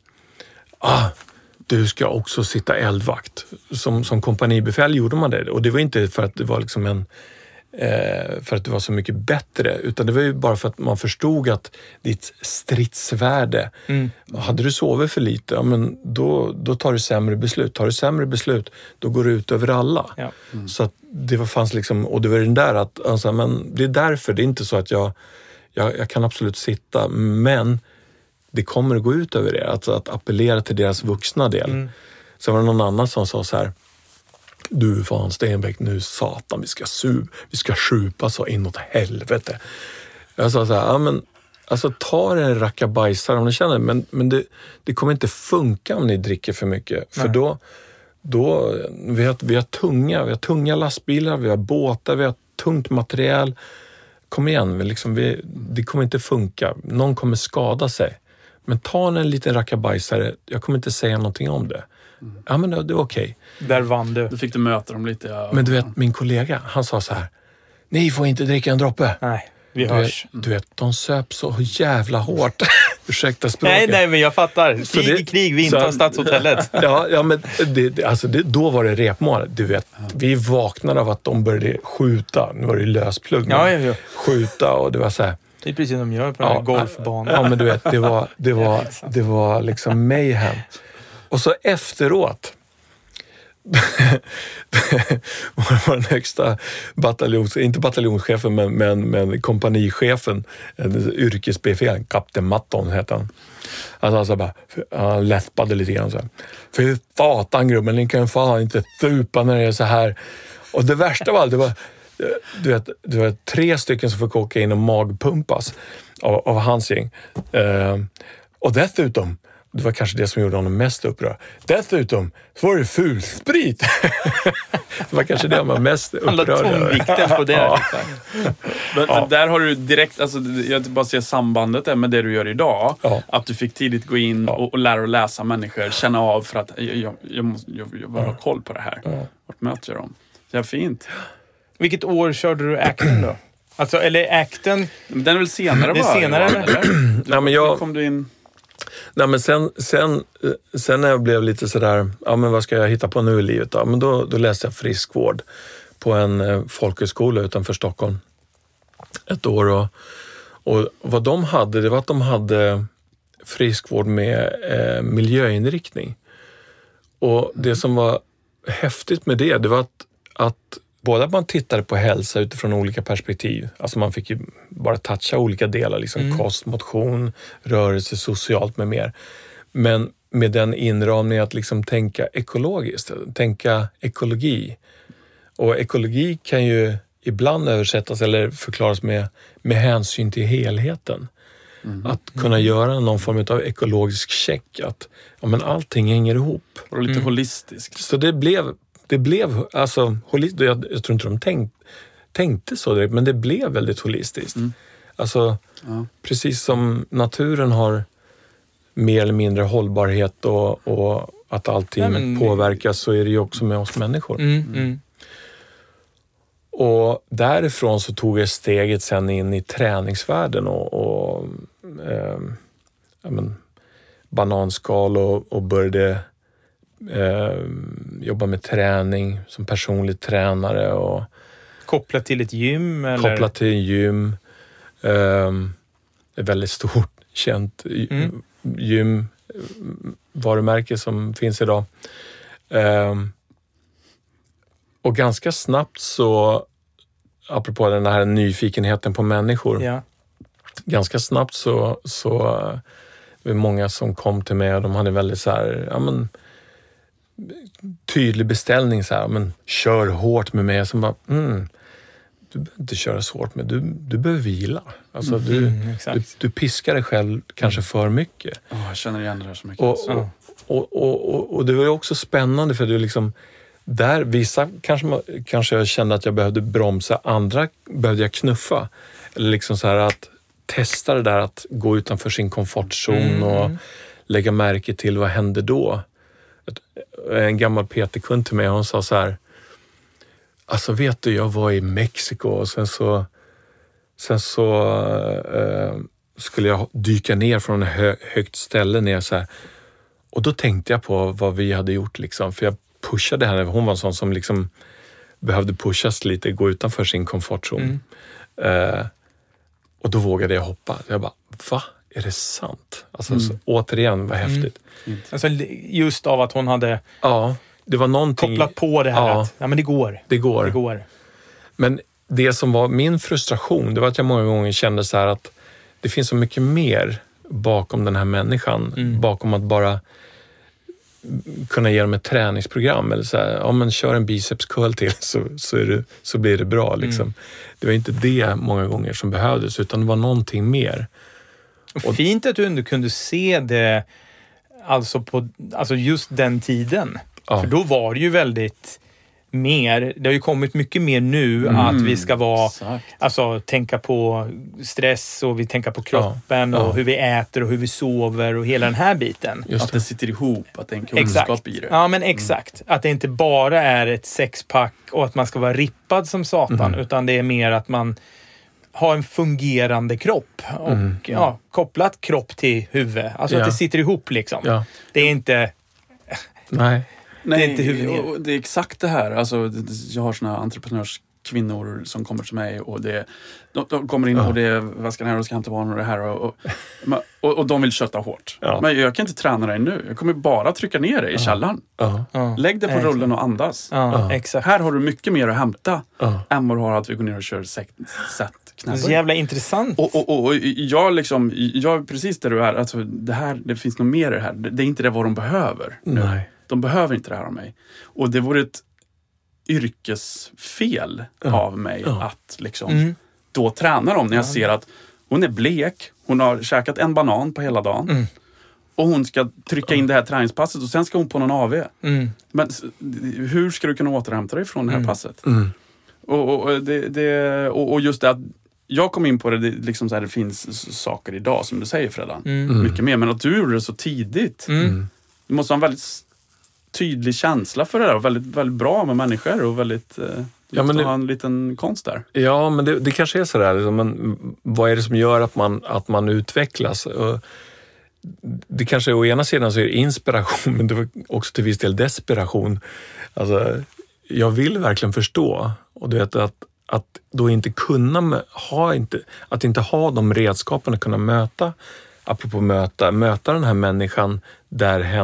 du ska också sitta eldvakt. Som kompanibefäl gjorde man det. Och det var inte för att det var liksom för att det var så mycket bättre, utan det var ju bara för att man förstod att ditt stridsvärde, hade du sovit för lite, ja, men då tar du sämre beslut. Tar du sämre beslut, då går det ut över alla. Ja. Så att det fanns liksom, och det var den där att, alltså, men det är därför, det är inte så att jag kan absolut sitta, men det kommer att gå ut över det, att appellera till deras vuxna del. Sen var det någon annan som sa så här, du fan Stenbeck, nu satan, vi ska supa så inåt helvete. Jag sa så här, ja men alltså ta en rackabajsare om ni känner, men det kommer inte funka om ni dricker för mycket. Nej. För då vi har tunga lastbilar, vi har båtar, vi har tungt material. Kom igen, det kommer inte funka. Någon kommer skada sig. Men ta en liten rackabajsare, jag kommer inte säga någonting om det. Ja, men det var okej. Där vann du. Då fick du möta dem lite. Ja. Men du vet, min kollega, han sa så här, ni får inte dricka en droppe. Nej, vi hörs. Du vet, de söp så jävla hårt. Ursäkta språket. Nej, men jag fattar. Krig, vi intar stadshotellet. Ja, men då var det repmål. Du vet, vi vaknade av att de började skjuta. Nu var det lösplugg. Ja. Skjuta, och det var så här. Det är precis som de gör på den här golfbanan. Ja, men du vet, det var liksom mayhem. Och så efteråt var den högsta inte bataljonschefen, men kompanichefen, yrkesbefäl, kapten Matton hette han. Alltså bara, han läspade lite grann så här. För fatan grubben, ni kan fan inte thupa när det är så här. Och det värsta var, det var 3 stycken som fick åka in och magpumpas av hans gäng. Och dessutom, det var kanske det som gjorde honom mest upprörd. Dessutom så var det fulsprit. Det var kanske det han var mest upprörd över. Han la tonvikten på det. Ja. Men där har du direkt, alltså, jag bara ser sambandet där med det du gör idag. Ja. Att du fick tidigt gå in och lära och läsa människor. Känna av för att jag måste ha koll på det här. Ja. Vart möter jag dem? Det är fint. Vilket år körde du acten då? Alltså, eller acten? Den är väl senare bara? Det är senare, eller? Nej, men kom du in... Nej, men sen när jag blev lite sådär, ja men vad ska jag hitta på nu i livet då? Men då läste jag friskvård på en folkhögskola utanför Stockholm ett år. Och vad de hade, det var att de hade friskvård med miljöinriktning. Och det som var häftigt med det var att både att man tittade på hälsa utifrån olika perspektiv. Alltså man fick ju bara toucha olika delar, liksom kost, motion, rörelse, socialt med mer. Men med den inramningen att liksom tänka ekologiskt, tänka ekologi. Och ekologi kan ju ibland översättas eller förklaras med hänsyn till helheten. Att kunna göra någon form av ekologisk check, att men allting hänger ihop. Och lite holistiskt. Så det blev alltså holistiskt. Jag tror inte de tänkte så direkt, men det blev väldigt holistiskt. Alltså precis som naturen har mer eller mindre hållbarhet och att allting påverkas, så är det ju också med oss människor. Och därifrån så tog jag steget sen in i träningsvärlden och bananskal och började jobba med träning som personlig tränare. Och kopplat till ett gym? Eller? Kopplat till en gym. Ett väldigt stort, känt gymvarumärke som finns idag. Och ganska snabbt så, apropå den här nyfikenheten på människor, ganska snabbt så det var många som kom till mig och de hade väldigt så här, tydlig beställning så här, kör hårt med mig. Som bara, du behöver inte köra så hårt med, du behöver vila. Alltså du piskar dig själv kanske för mycket. Jag känner igen det där så mycket. Och det var ju också spännande, för det liksom där vissa kanske jag kände att jag behövde bromsa, andra behövde jag knuffa. Eller liksom så här att testa det där att gå utanför sin komfortzon och lägga märke till vad händer då. En gammal PT-kund till mig, hon sa så här: alltså vet du, jag var i Mexiko och sen så skulle jag dyka ner från ett högt ställe ner så här. Och då tänkte jag på vad vi hade gjort liksom, för jag pushade henne. Hon var en sån som liksom behövde pushas lite, gå utanför sin komfortzon. Och då vågade jag hoppa. Jag bara, va? Är det sant? Alltså så, återigen, vad häftigt. Alltså just av att hon hade det var någonting kopplat på det här att men det går. Men det som var min frustration, det var att jag många gånger kände så här att det finns så mycket mer bakom den här människan. Bakom att bara kunna ge dem ett träningsprogram eller så här, men kör en bicepscurl till så blir det bra liksom. Det var inte det många gånger som behövdes, utan det var någonting mer. Och fint att du ändå kunde se det alltså just den tiden. För då var det ju väldigt mer, det har ju kommit mycket mer nu att vi ska vara, alltså tänka på stress och vi tänker på kroppen och hur vi äter och hur vi sover och hela den här biten. Just att det sitter ihop, att det är en kunskap i det. Ja, men exakt. Att det inte bara är ett sexpack och att man ska vara rippad som satan, utan det är mer att man har en fungerande kropp och kopplat kropp till huvud. Alltså att det sitter ihop liksom. Ja. Det är inte... Nej. Det är inte huvud. Det är exakt det här. Alltså, jag har såna entreprenörskvinnor som kommer till mig och de kommer in och det är vaskan här och ska hämta barn och det här och de vill köta hårt. Ja. Men jag kan inte träna dig nu. Jag kommer bara trycka ner dig i källaren. Lägg dig på rullen och andas. Exakt. Här har du mycket mer att hämta än vad du har att vi går ner och kör set. Det är så jävla intressant. Och jag är precis där du är. Alltså, det finns nog mer i det här. Det är inte det vad de behöver nu. Nej. De behöver inte det här av mig. Och det vore ett yrkesfel av mig att liksom då träna dem när jag ser att hon är blek, hon har käkat en banan på hela dagen och hon ska trycka in det här träningspasset och sen ska hon på någon AV. Men hur ska du kunna återhämta dig från det här passet? Och just det att jag kom in på det liksom så här, det finns saker idag som du säger, Fredan. Mycket mer, men att du gjorde det så tidigt. Du måste ha en väldigt tydlig känsla för det där och väldigt, väldigt bra med människor och väldigt ha en liten konst där. Ja, men det kanske är sådär liksom, men vad är det som gör att man utvecklas? Och det kanske å ena sidan så är det inspiration, men det var också till viss del desperation. Alltså, jag vill verkligen förstå, och du vet att då inte kunna att inte ha de redskapen att kunna möta, apropå möta den här människan där hen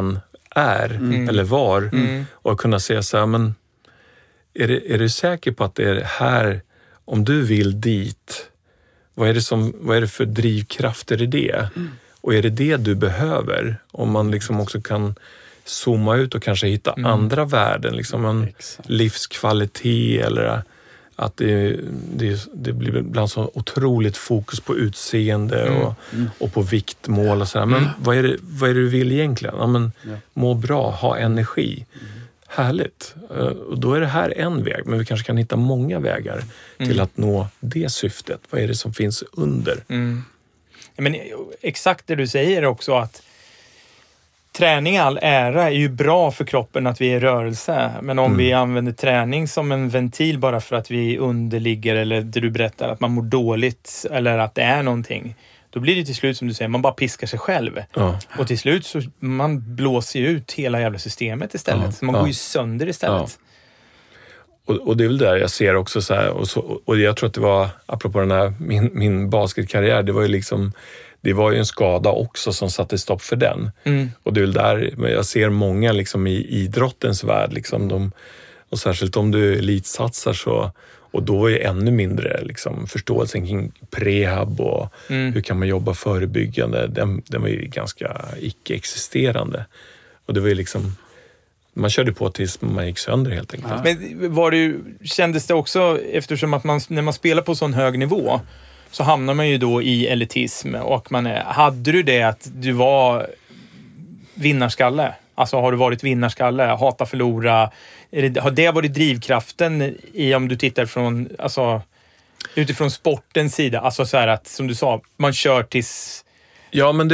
är eller var och kunna säga så här, men är du säker på att det är här, om du vill dit, vad är det för drivkrafter i det? Och är det du behöver? Om man liksom också kan zooma ut och kanske hitta andra värden, liksom en livskvalitet, eller att det blir ibland så otroligt fokus på utseende och på viktmål och sådär. Men vad är det du vill egentligen? Ja, men må bra, ha energi. Härligt. Och då är det här en väg, men vi kanske kan hitta många vägar till att nå det syftet. Vad är det som finns under? Ja, men exakt det du säger också, att träning i all ära är ju bra för kroppen, att vi är i rörelse. Men om vi använder träning som en ventil bara för att vi underligger, eller det du berättar, att man mår dåligt eller att det är någonting, då blir det till slut, som du säger, man bara piskar sig själv. Ja. Och till slut så man blåser ju ut hela jävla systemet istället. Så man går ju sönder istället. Ja. Och det är väl där jag ser också så här, och jag tror att det var, apropå den här, min basketkarriär, det var ju en skada också som satte stopp för den. Och det är väl där jag ser många liksom i idrottens värld, liksom och särskilt om du elitsatsar så, och då är ju ännu mindre liksom förståelsen kring prehab och hur kan man jobba förebyggande, den var ju ganska icke-existerande. Och det var ju liksom, man körde på tills man gick sönder helt enkelt. Men kändes det också, eftersom att när man spelar på sån hög nivå, så hamnar man ju då i elitism, och hade du det att du var vinnarskalle? Alltså har du varit vinnarskalle, hata förlora? Har det varit drivkraften i, om du tittar från, alltså utifrån sportens sida? Alltså så här att, som du sa, man kör tills... Ja, men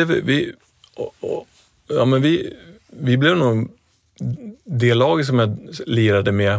vi blev nog det laget som jag lirade med.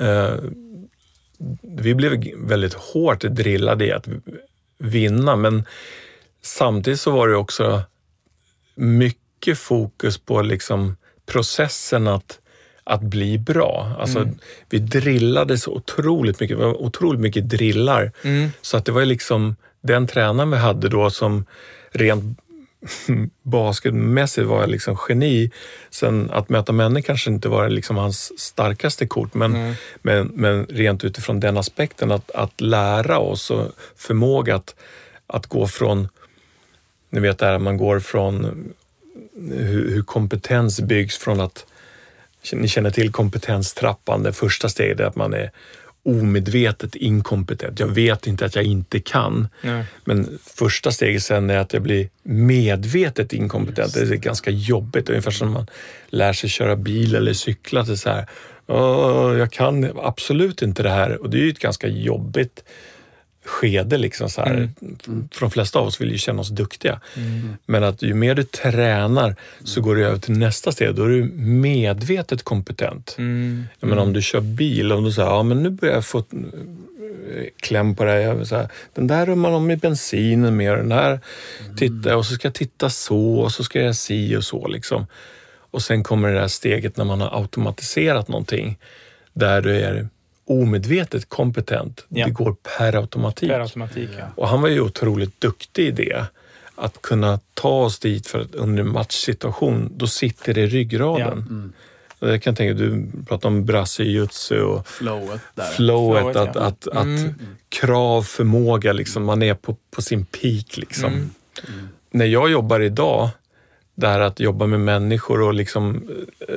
Vi blev väldigt hårt drillade i att vinna, men samtidigt så var det också mycket fokus på liksom processen att bli bra. Alltså vi drillade så otroligt mycket, det var otroligt mycket drillar. Så att det var liksom den tränaren vi hade då som rent basketmässigt var liksom geni. Sen att möta människor kanske inte var liksom hans starkaste kort, men rent utifrån den aspekten att lära oss och förmåga att gå från, ni vet där man går från hur kompetens byggs, från att ni känner till kompetenstrappan. Det första steget är att man är omedvetet inkompetent. Jag vet inte att jag inte kan. Nej. Men första steget sen är att jag blir medvetet inkompetent. Det är ganska jobbigt. Ungefär som man lär sig köra bil eller cykla. Det är så här, jag kan absolut inte det här. Och det är ju ett ganska jobbigt skede liksom så här. För de flesta av oss vill ju känna oss duktiga. Men att ju mer du tränar så går du över till nästa steg. Då är du medvetet kompetent. Jag menar, om du kör bil, om du säger, ja men nu börjar jag få kläm på det. Jag så här, den där rör man om i bensinen mer, den här titta, och så ska jag titta så, och så ska jag si och så liksom. Och sen kommer det här steget när man har automatiserat någonting där du är omedvetet kompetent. Det går per automatik. Och han var ju otroligt duktig i det. Att kunna ta oss dit, för att under en matchsituation, då sitter det i ryggraden. Jag kan tänka, du pratar om brassejutsu och flowet att krav, förmåga liksom, man är på sin peak liksom. När jag jobbar idag, där att jobba med människor och liksom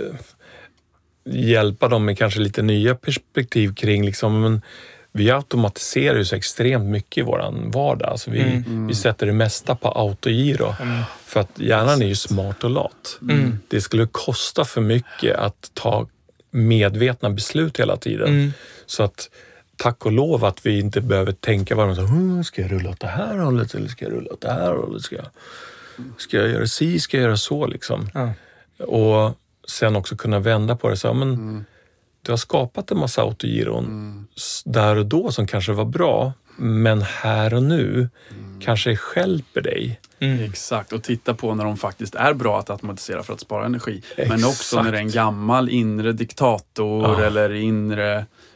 hjälpa dem med kanske lite nya perspektiv kring liksom, men vi automatiserar ju så extremt mycket i våran vardag. Alltså vi sätter det mesta på autogiro. För att hjärnan är ju smart och lat. Det skulle kosta för mycket att ta medvetna beslut hela tiden. Så att tack och lov att vi inte behöver tänka varje så, ska jag rulla åt det här hållet eller ska jag rulla åt det här hållet? Ska jag göra si, ska jag göra så liksom. Och sen också kunna vända på det så, men du har skapat en massa autogiron där och då som kanske var bra, men här och nu kanske hjälper dig. Exakt, och titta på när de faktiskt är bra att automatisera för att spara energi. Men också när det är en gammal inre diktator eller inre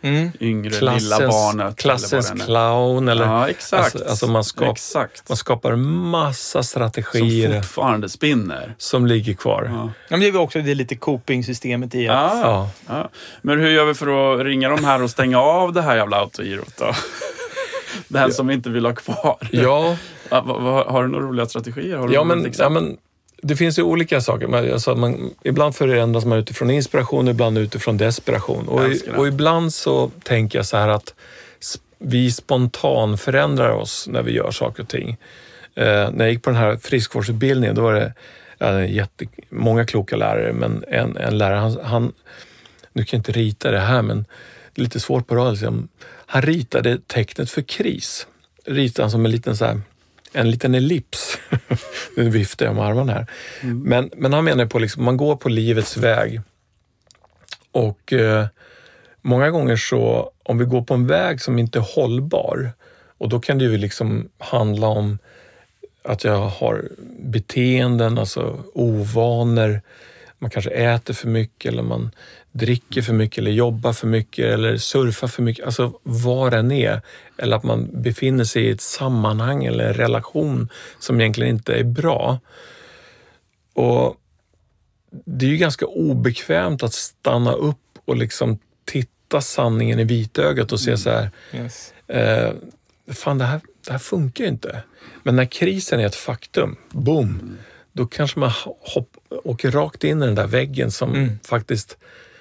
yngre lilla barnet. Klassens clown. Eller, ja, exakt. Alltså man skapar massa strategier. Som fortfarande spinner. Som ligger kvar. Ja. Men det är också det lite coping-systemet i att... Ja. Men hur gör vi för att ringa de här och stänga av det här jävla autogirot då? Den som inte vill ha kvar. Ja. Har du några roliga strategier? Men det finns ju olika saker. Ibland förändras man utifrån inspiration, ibland utifrån desperation. Och ibland så tänker jag så här att vi spontan förändrar oss när vi gör saker och ting. När jag gick på den här friskvårdsutbildningen, då var det många kloka lärare, men en lärare, han nu kan jag inte rita det här, men det är lite svårt på rörelse. Han ritade tecknet för kris. Ritade han som en liten ellips. Nu viftar jag med armarna här. Men han menar på liksom, man går på livets väg. Och många gånger så, om vi går på en väg som inte är hållbar, och då kan det ju liksom handla om att jag har beteenden, alltså ovanor. Man kanske äter för mycket, eller man dricker för mycket, eller jobbar för mycket, eller surfar för mycket. Alltså vad den är. Eller att man befinner sig i ett sammanhang eller en relation som egentligen inte är bra. Och det är ju ganska obekvämt att stanna upp och liksom titta sanningen i vitögat och se så här. Yes. Fan, det här funkar inte. Men när krisen är ett faktum, boom, då kanske man åker rakt in i den där väggen som faktiskt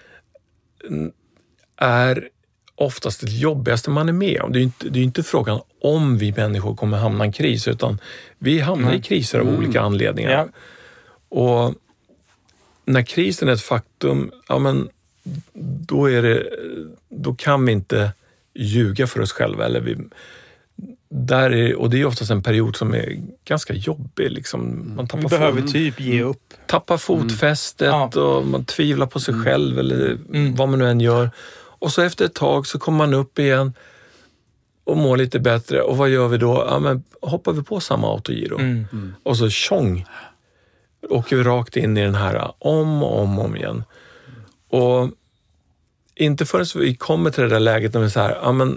är oftast det jobbigaste man är med om. Det är inte frågan om vi människor kommer hamna i en kris, utan vi hamnar i kriser av olika anledningar. Ja. Och när krisen är ett faktum, då kan vi inte ljuga för oss själva. Och det är oftast en period som är ganska jobbig. Liksom. Man behöver typ ge upp. Tappar fotfästet och man tvivlar på sig själv eller vad man nu än gör. Och så efter ett tag så kommer man upp igen och mår lite bättre. Och vad gör vi då? Hoppar vi på samma autogiro. Och så tjong åker vi rakt in i den här om igen. Och inte förrän vi kommer till det där läget när vi säger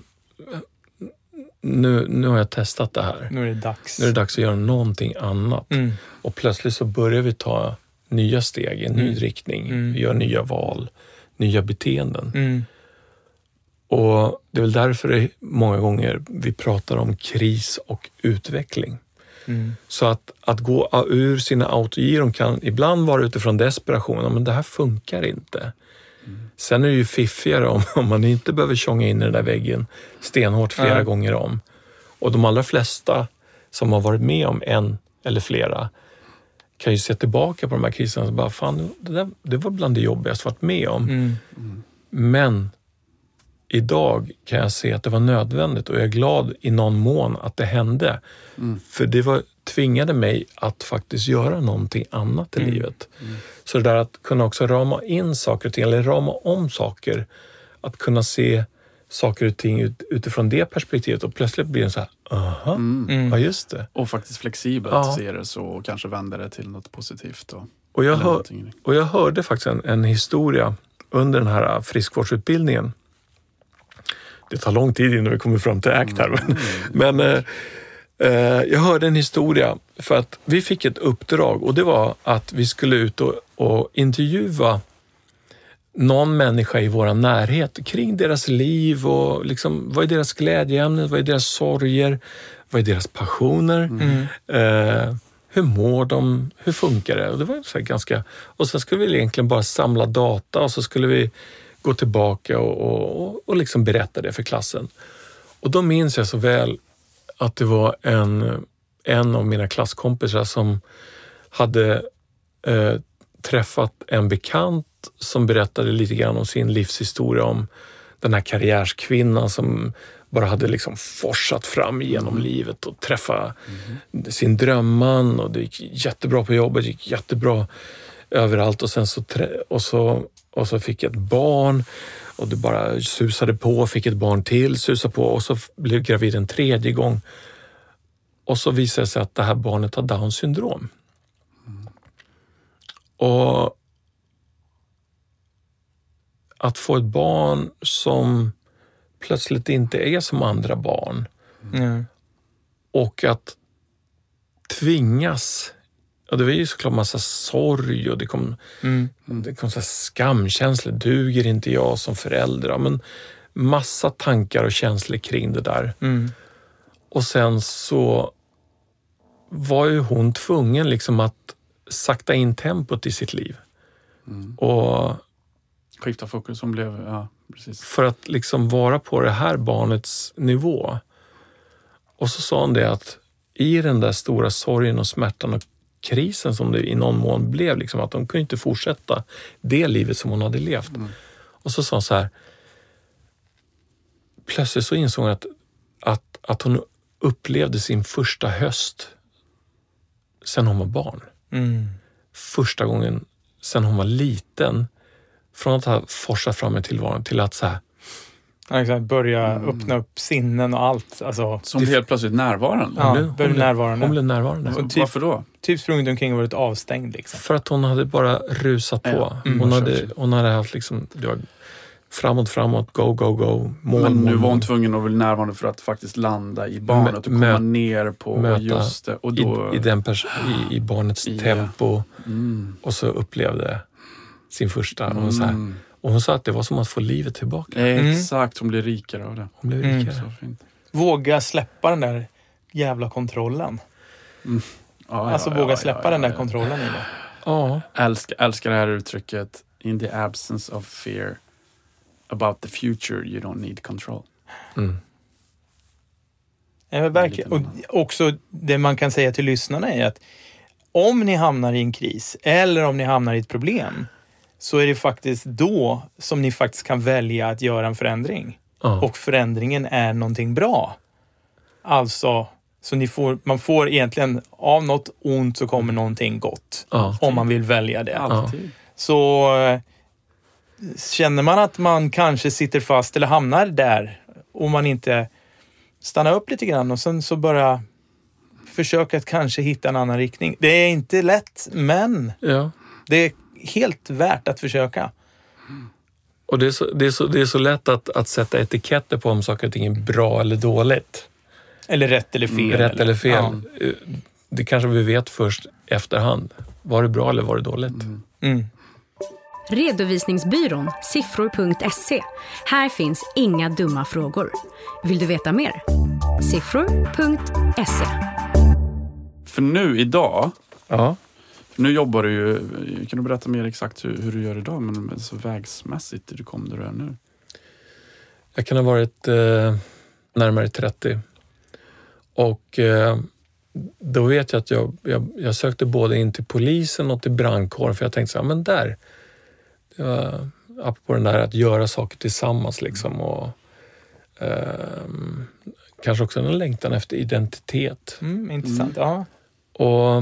nu har jag testat det här. Nu är det dags. Nu är det dags att göra någonting annat. Och plötsligt så börjar vi ta nya steg i en ny riktning. Vi gör nya val, nya beteenden. Och det är väl därför det många gånger vi pratar om kris och utveckling. Så att gå ur sina autogiron kan ibland vara utifrån desperation. Men det här funkar inte. Sen är det ju fiffigare om man inte behöver tjonga in i den där väggen stenhårt flera gånger om. Och de allra flesta som har varit med om en eller flera kan ju se tillbaka på de här kriserna och bara, fan, det var bland det jobbigaste jag varit med om. Men idag kan jag se att det var nödvändigt och jag är glad i någon mån att det hände. För det tvingade mig att faktiskt göra någonting annat i livet. Så det där att kunna också rama in saker och ting, eller rama om saker, att kunna se saker och ting utifrån det perspektivet och plötsligt blir det så här, ja just det. Och faktiskt flexibelt ser det så och kanske vänder det till något positivt. Och jag hörde faktiskt en historia under den här friskvårdsutbildningen. Det tar lång tid innan vi kommer fram till ACT här. Men jag hörde en historia för att vi fick ett uppdrag och det var att vi skulle ut och intervjua någon människa i vår närhet kring deras liv och liksom, vad är deras glädjeämnen, vad är deras sorger, vad är deras passioner, hur mår de, hur funkar det? Och det var så här ganska, och sen skulle vi egentligen bara samla data och så skulle vi gå tillbaka och liksom berätta det för klassen. Och då minns jag så väl att det var en av mina klasskompisar som hade träffat en bekant som berättade lite grann om sin livshistoria, om den här karriärskvinnan som bara hade liksom forsat fram genom livet och träffa sin drömman, och det gick jättebra på jobbet, det gick jättebra överallt, och sen så fick ett barn och det bara susade på, fick ett barn till, susade på, och så blev gravid en tredje gång. Och så visade det sig att det här barnet har Downs syndrom. Och att få ett barn som plötsligt inte är som andra barn. Och att tvingas, och det var ju såklart massa sorg och det kom så här skamkänslor, duger inte jag som förälder, men massa tankar och känslor kring det där. Och sen så var ju hon tvungen liksom att sakta in tempot i sitt liv. Och skifta fokus som blev, precis. För att liksom vara på det här barnets nivå. Och så sa hon det att i den där stora sorgen och smärtan och krisen som det i någon mån blev, liksom, att de kunde inte fortsätta det livet som hon hade levt. Och så sa hon så här, plötsligt så insåg hon att hon upplevde sin första höst sen hon var barn. Första gången sen hon var liten, från att ha forsat fram i tillvaron till att så här, exakt, börja öppna upp sinnen och allt. Alltså, som helt plötsligt närvarande. Hon blev närvarande. Och typ, varför då? Typ sprungit omkring och varit avstängd. Liksom. För att hon hade bara rusat på. Hon hade haft liksom, det var framåt, go. Men nu var hon tvungen att bli närvarande för att faktiskt landa i barnet och komma ner på möta, just det. Och då, i barnets tempo. Och så upplevde sin första. Och hon sa att det var som att få livet tillbaka. Exakt, hon blev rikare av det. Hon blev rikare. Så fint. Våga släppa den där jävla kontrollen. Våga släppa den där kontrollen i det. Ja. Älskar det här uttrycket. In the absence of fear about the future you don't need control. Verkligen. Och också det man kan säga till lyssnarna är att om ni hamnar i en kris eller om ni hamnar i ett problem, så är det faktiskt då som ni faktiskt kan välja att göra en förändring. Och förändringen är någonting bra. Alltså, så man får egentligen av något ont så kommer någonting gott. Om man vill välja det. Alltid. Så känner man att man kanske sitter fast eller hamnar där och man inte stannar upp lite grann och sen så bara försöka att kanske hitta en annan riktning. Det är inte lätt, men det är helt värt att försöka. Och det är så lätt att sätta etiketter på om saker och ting är bra eller dåligt. Eller rätt eller fel. Rätt eller fel. Ja. Det kanske vi vet först efterhand. Var det bra eller var det dåligt? Redovisningsbyrån siffror.se. Här finns inga dumma frågor. Vill du veta mer? Siffror.se. För nu idag... Nu jobbar du ju... Kan du berätta mer exakt hur du gör idag? Men så vägsmässigt du kom där du är nu. Jag kan ha varit närmare 30. Och då vet jag att jag sökte både in till polisen och till brandkåren. För jag tänkte så här, men där... Det var apropå den där att göra saker tillsammans liksom. Och kanske också en längtan efter identitet. Intressant, Och...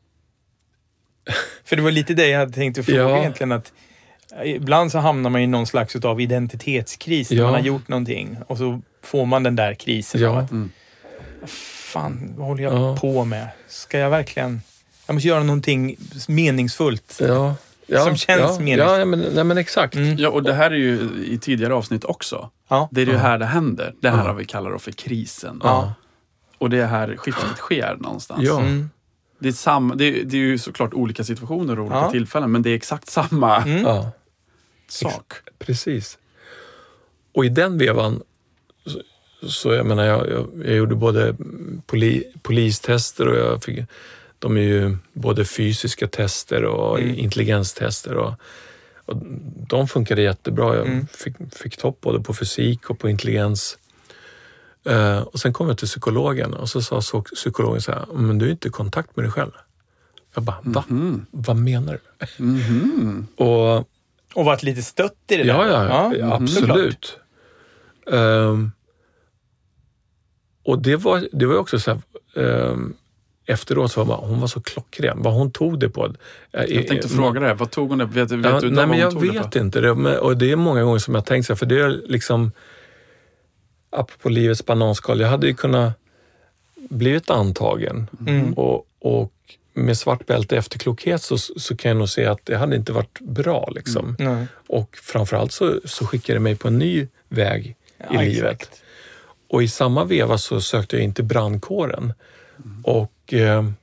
För det var lite det jag hade tänkt att fråga egentligen, att ibland så hamnar man i någon slags av identitetskris när man har gjort någonting och så får man den där krisen av att fan, vad håller jag på med? Ska jag verkligen... Jag måste göra någonting meningsfullt. Som känns meningsfullt. Men exakt. Ja, och det här är ju i tidigare avsnitt också. Det är ju här det händer. Det här har vi kallar för krisen. Och det är här skiftet sker någonstans. Det är ju såklart olika situationer och olika tillfällen, men det är exakt samma sak. Precis. Och i den vevan så jag menar, jag gjorde både polistester och de är ju både fysiska tester och intelligenstester och de funkade jättebra. Jag fick topp både på fysik och på intelligens. Och sen kom jag till psykologen och så sa psykologen så här, men du är inte i kontakt med dig själv. Jag bara, va? Vad menar du? Och varit lite stött i det där. Ja, absolut. Och det var också så här, efteråt så var hon var så klockren. Vad hon tog det på. Jag tänkte fråga det. Vad tog hon det? Vet du nej, men jag vet inte det. Och det är många gånger som jag tänkt så här, för det är liksom apropå livets bananskal. Jag hade ju kunnat blivit antagen. Och med svart bälte efterklokhet så kan jag nog se att det hade inte varit bra liksom. Och framförallt så skickade det mig på en ny väg i livet. Och i samma veva så sökte jag in till brandkåren. Och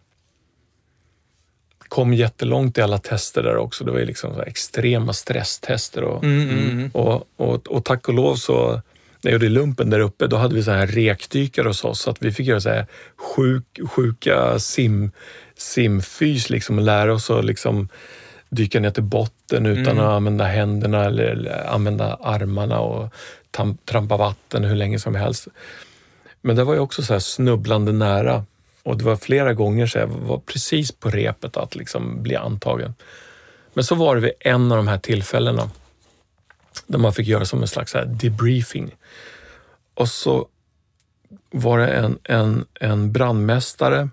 kom jättelångt i alla tester där också. Det var ju liksom så här extrema stresstester. Och tack och lov så, när jag gjorde lumpen där uppe, då hade vi så här rekdykare hos oss. Så att vi fick göra så här sjuka simfys liksom, och lära oss att liksom dyka ner till botten utan att använda händerna eller använda armarna och trampa vatten hur länge som helst. Men det var ju också så här snubblande nära. Och det var flera gånger så jag var precis på repet att liksom bli antagen. Men så var det vid en av de här tillfällena där man fick göra som en slags så här debriefing. Och så var det en brandmästare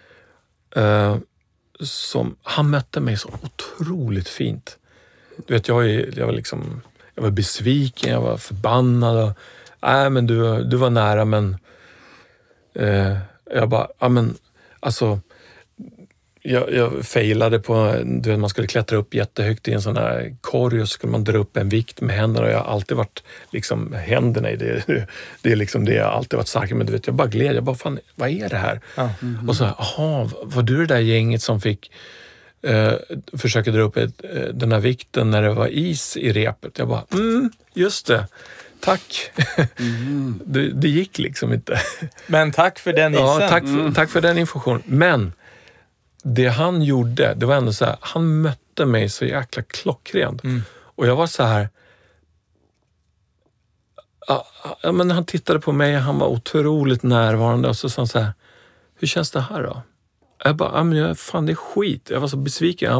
som, han mötte mig så otroligt fint. Du vet, jag var besviken, jag var förbannad. Och, men du var nära, men jag bara, alltså jag failade på, du vet, man skulle klättra upp jättehögt i en sån här korg och så skulle man dra upp en vikt med händerna och jag har alltid varit liksom, händerna i det är liksom det jag alltid varit stark, men du vet, jag bara gled, jag bara, fan, vad är det här? Och så, var du det där gänget som fick försöka dra upp den här vikten när det var is i repet? Jag bara, just det. Tack. Det gick liksom inte. Men tack för den isen. Ja, tack för den informationen. Men det han gjorde, det var ändå så här, han mötte mig så jäkla klockrent. Och jag var så här, men han tittade på mig, han var otroligt närvarande och så sa han så här, hur känns det här då? Jag bara, fan det är skit. Jag var så besviken.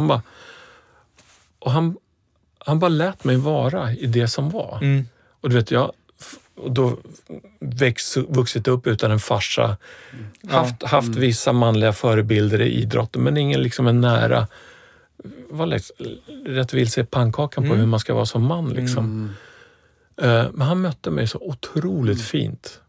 Han bara lät mig vara i det som var. Och du vet, jag då vuxit upp utan en farsa. Haft vissa manliga förebilder i idrotten, men ingen liksom en nära. Var rätt vill se pannkakan på hur man ska vara som man liksom. Men han mötte mig så otroligt fint.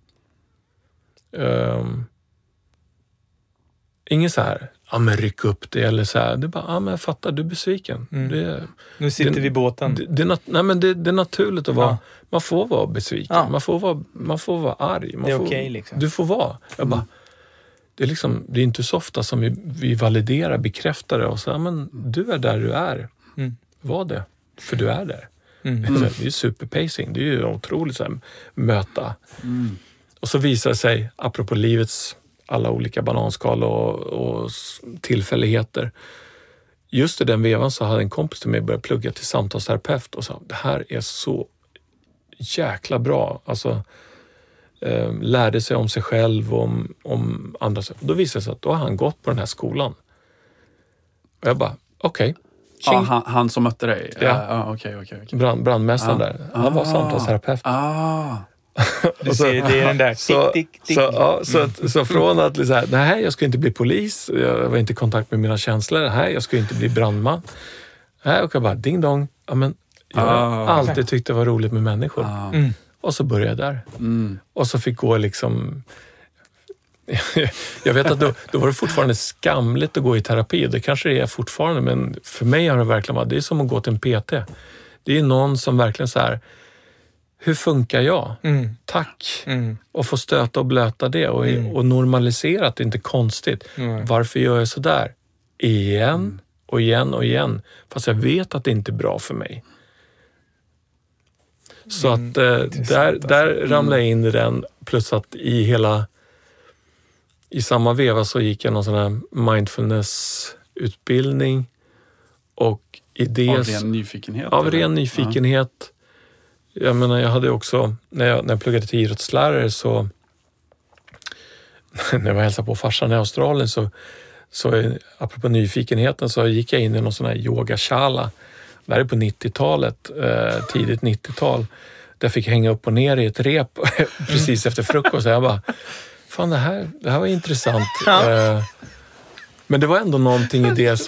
Ingen så här, men ryck upp det eller så här. Det är bara, men jag fattar, du är besviken. Nu sitter vi i båten. Det är naturligt att vara, man får vara besviken. Man får vara arg. Det är okej liksom. Du får vara. Jag bara, det är liksom, det är inte så ofta som vi validerar, bekräftar det och så, men du är där du är. Var det, för du är där. Det är ju superpacing, det är ju otroligt så här, möta. Och så visar det sig, apropå livets alla olika bananskal och tillfälligheter. Just i den vevan så hade en kompis till mig börjat plugga till samtalsterapeut och sa, det här är så jäkla bra. Alltså, lärde sig om sig själv och om andra. Då visade det sig att då har han gått på den här skolan. Och jag bara, okej. Han som mötte dig? Ja. Okej. Brandmästaren där. Han var samtalsterapeut. Du ser, det är den där tick. Så från att liksom, nej, jag ska inte bli polis, jag var inte i kontakt med mina känslor, nej, jag ska inte bli brandman. Nej, och jag bara ding dong. Men jag har alltid tyckt det var roligt med människor. Och så började jag där. Och så fick gå liksom. Jag vet att då var det fortfarande skamligt att gå i terapi, och det kanske det är fortfarande, men för mig har det verkligen varit, det är som att gå till en PT. Det är någon som verkligen så här, hur funkar jag? Tack. Och få stöta och blöta det och normalisera att det inte är konstigt. Varför gör jag så där? Igen och igen och igen. Fast jag vet att det inte är bra för mig. Så att där ramlade jag in i den. Plus att i samma veva så gick jag någon sån här mindfulness-utbildning. Och i det... Av ren nyfikenhet? Av ren nyfikenhet. Jag menar, jag hade också, när jag pluggade till idrottslärare så, när jag var hälsade på farsan i Australien så apropå nyfikenheten så gick jag in i någon sån här yogashala. Det här är på 90-talet, tidigt 90-tal. Där jag fick hänga upp och ner i ett rep precis efter frukost. Så jag bara, fan det här var intressant. Men det var ändå någonting i det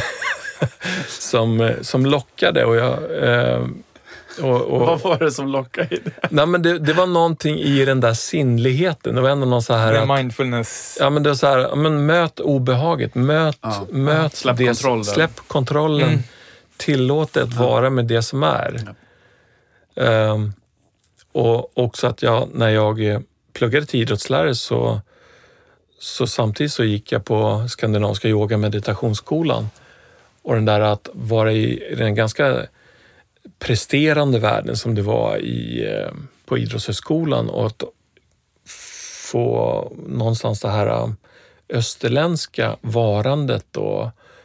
som lockade och jag... Vad var det som lockade i det? Nej, men det var någonting i den där sinnligheten. Det var ändå någon så här... mindfulness. Ja, men det är så här, möt obehaget. Möt släpp kontrollen. Tillåt att vara med det som är. Och också att när jag pluggade till idrottslärare så samtidigt så gick jag på Skandinaviska yoga meditationsskolan. Och den där att vara i den ganska presterande världen som det var på idrottshögskolan och att få någonstans det här österländska varandet och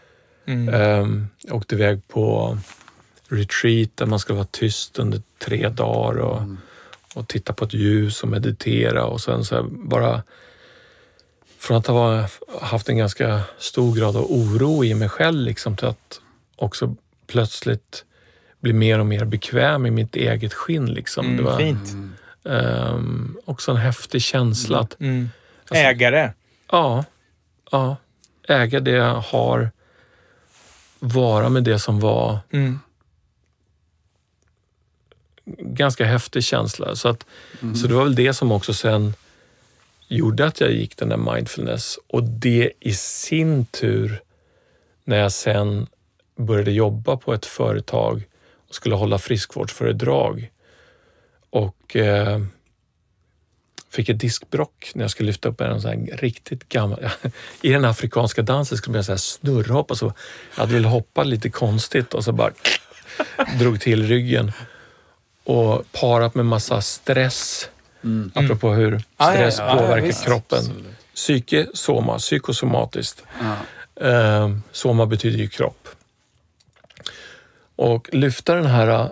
åkte iväg på retreat där man skulle vara tyst under 3 dagar och titta på ett ljus och meditera och sen så bara från att ha haft en ganska stor grad av oro i mig själv liksom, till att också plötsligt bli mer och mer bekväm i mitt eget skinn liksom. Det var fint. Också en häftig känsla att ägare. Ja, äga det jag har, vara med det som var. Ganska häftig känsla. Så det var väl det som också sen gjorde att jag gick den där mindfulness. Och det i sin tur, när jag sen började jobba på ett företag och skulle hålla friskvårdsföredrag och fick ett diskbrock när jag skulle lyfta upp en sån här riktigt gammal... I den afrikanska dansen skulle jag så här snurrhoppa, så jag hade väl hoppat lite konstigt och så bara drog till ryggen. Och parat med massa stress, apropå hur stress påverkar kroppen. Absolut. Psykosomatiskt. Soma betyder ju kropp. Och lyfta den här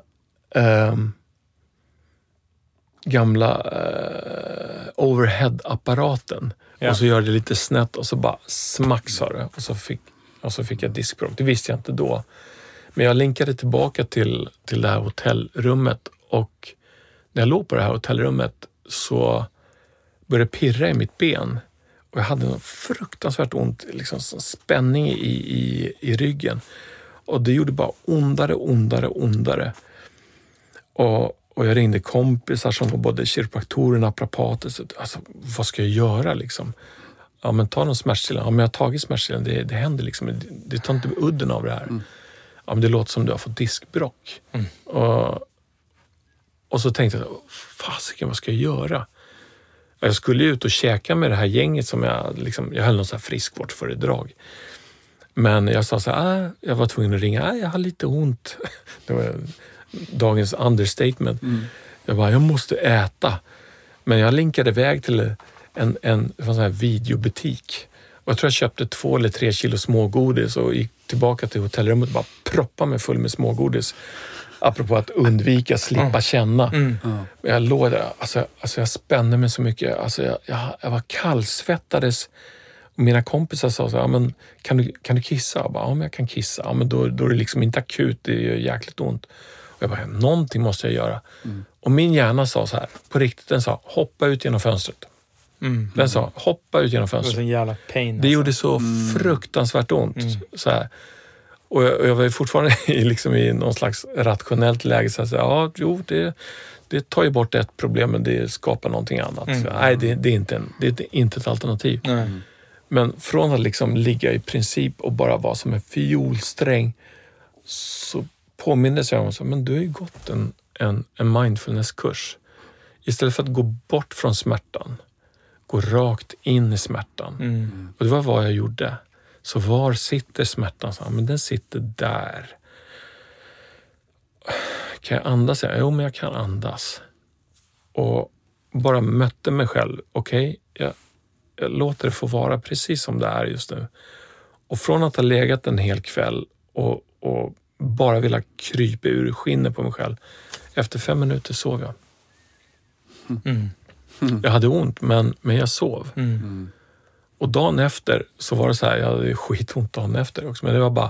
gamla overhead-apparaten och så gör det lite snett och så bara smack sa det och så fick jag diskbråck. Det visste jag inte då. Men jag linkade tillbaka till det här hotellrummet och när jag låg på det här hotellrummet så började pirra i mitt ben och jag hade en fruktansvärt ont, liksom spänning i ryggen och det gjorde bara ondare. Och jag ringde kompisar som var både kiropraktorer och naprapater. Alltså, vad ska jag göra liksom? Ja, men ta någon smärtstillande. Ja, men jag har tagit smärtstillande. Det händer liksom. Det tar inte udden av det här. Ja, men det låter som du har fått diskbrock. Och så tänkte jag, fasiken, vad ska jag göra? Jag skulle ut och käka med det här gänget som jag höll någon så här friskvårdsföredrag. Men jag sa så här, jag var tvungen att ringa. Jag har lite ont. Det var dagens understatement. Jag måste äta. Men jag linkade iväg till en sån här videobutik. Och jag tror jag köpte 2 eller 3 kilo smågodis och gick tillbaka till hotellrummet och bara proppade mig full med smågodis. Apropå att undvika, slippa känna. Jag låg där, alltså jag spände mig så mycket. Alltså jag var kallsvettades. Och mina kompisar sa så här, men kan du kissa? Jag bara, ja, men jag kan kissa. Ja, men då är det liksom inte akut, det gör jäkligt ont. Och jag bara, någonting måste jag göra. Och min hjärna sa så här, på riktigt, den sa, hoppa ut genom fönstret. Den sa, hoppa ut genom fönstret. Det var så jävla pain. Det gjorde så fruktansvärt ont. Så här. Och jag var ju fortfarande i någon slags rationellt läge. Så här, det tar ju bort ett problem, men det skapar någonting annat. Så, nej, det är inte ett alternativ. Men från att liksom ligga i princip och bara vara som en fiolsträng så påminner jag om att men du har ju gått en mindfulnesskurs. Istället för att gå bort från smärtan, gå rakt in i smärtan. Och det var vad jag gjorde. Så var sitter smärtan? Så, men den sitter där. Kan jag andas? Jo, men jag kan andas. Och bara mötte mig själv. Okej, jag låter det få vara precis som det är just nu. Och från att ha legat en hel kväll och bara vilja krypa ur skinnet på mig själv. Efter 5 minuter sov jag. Jag hade ont, men jag sov. Och dagen efter så var det så här, jag hade skitont dagen efter också. Men det var bara...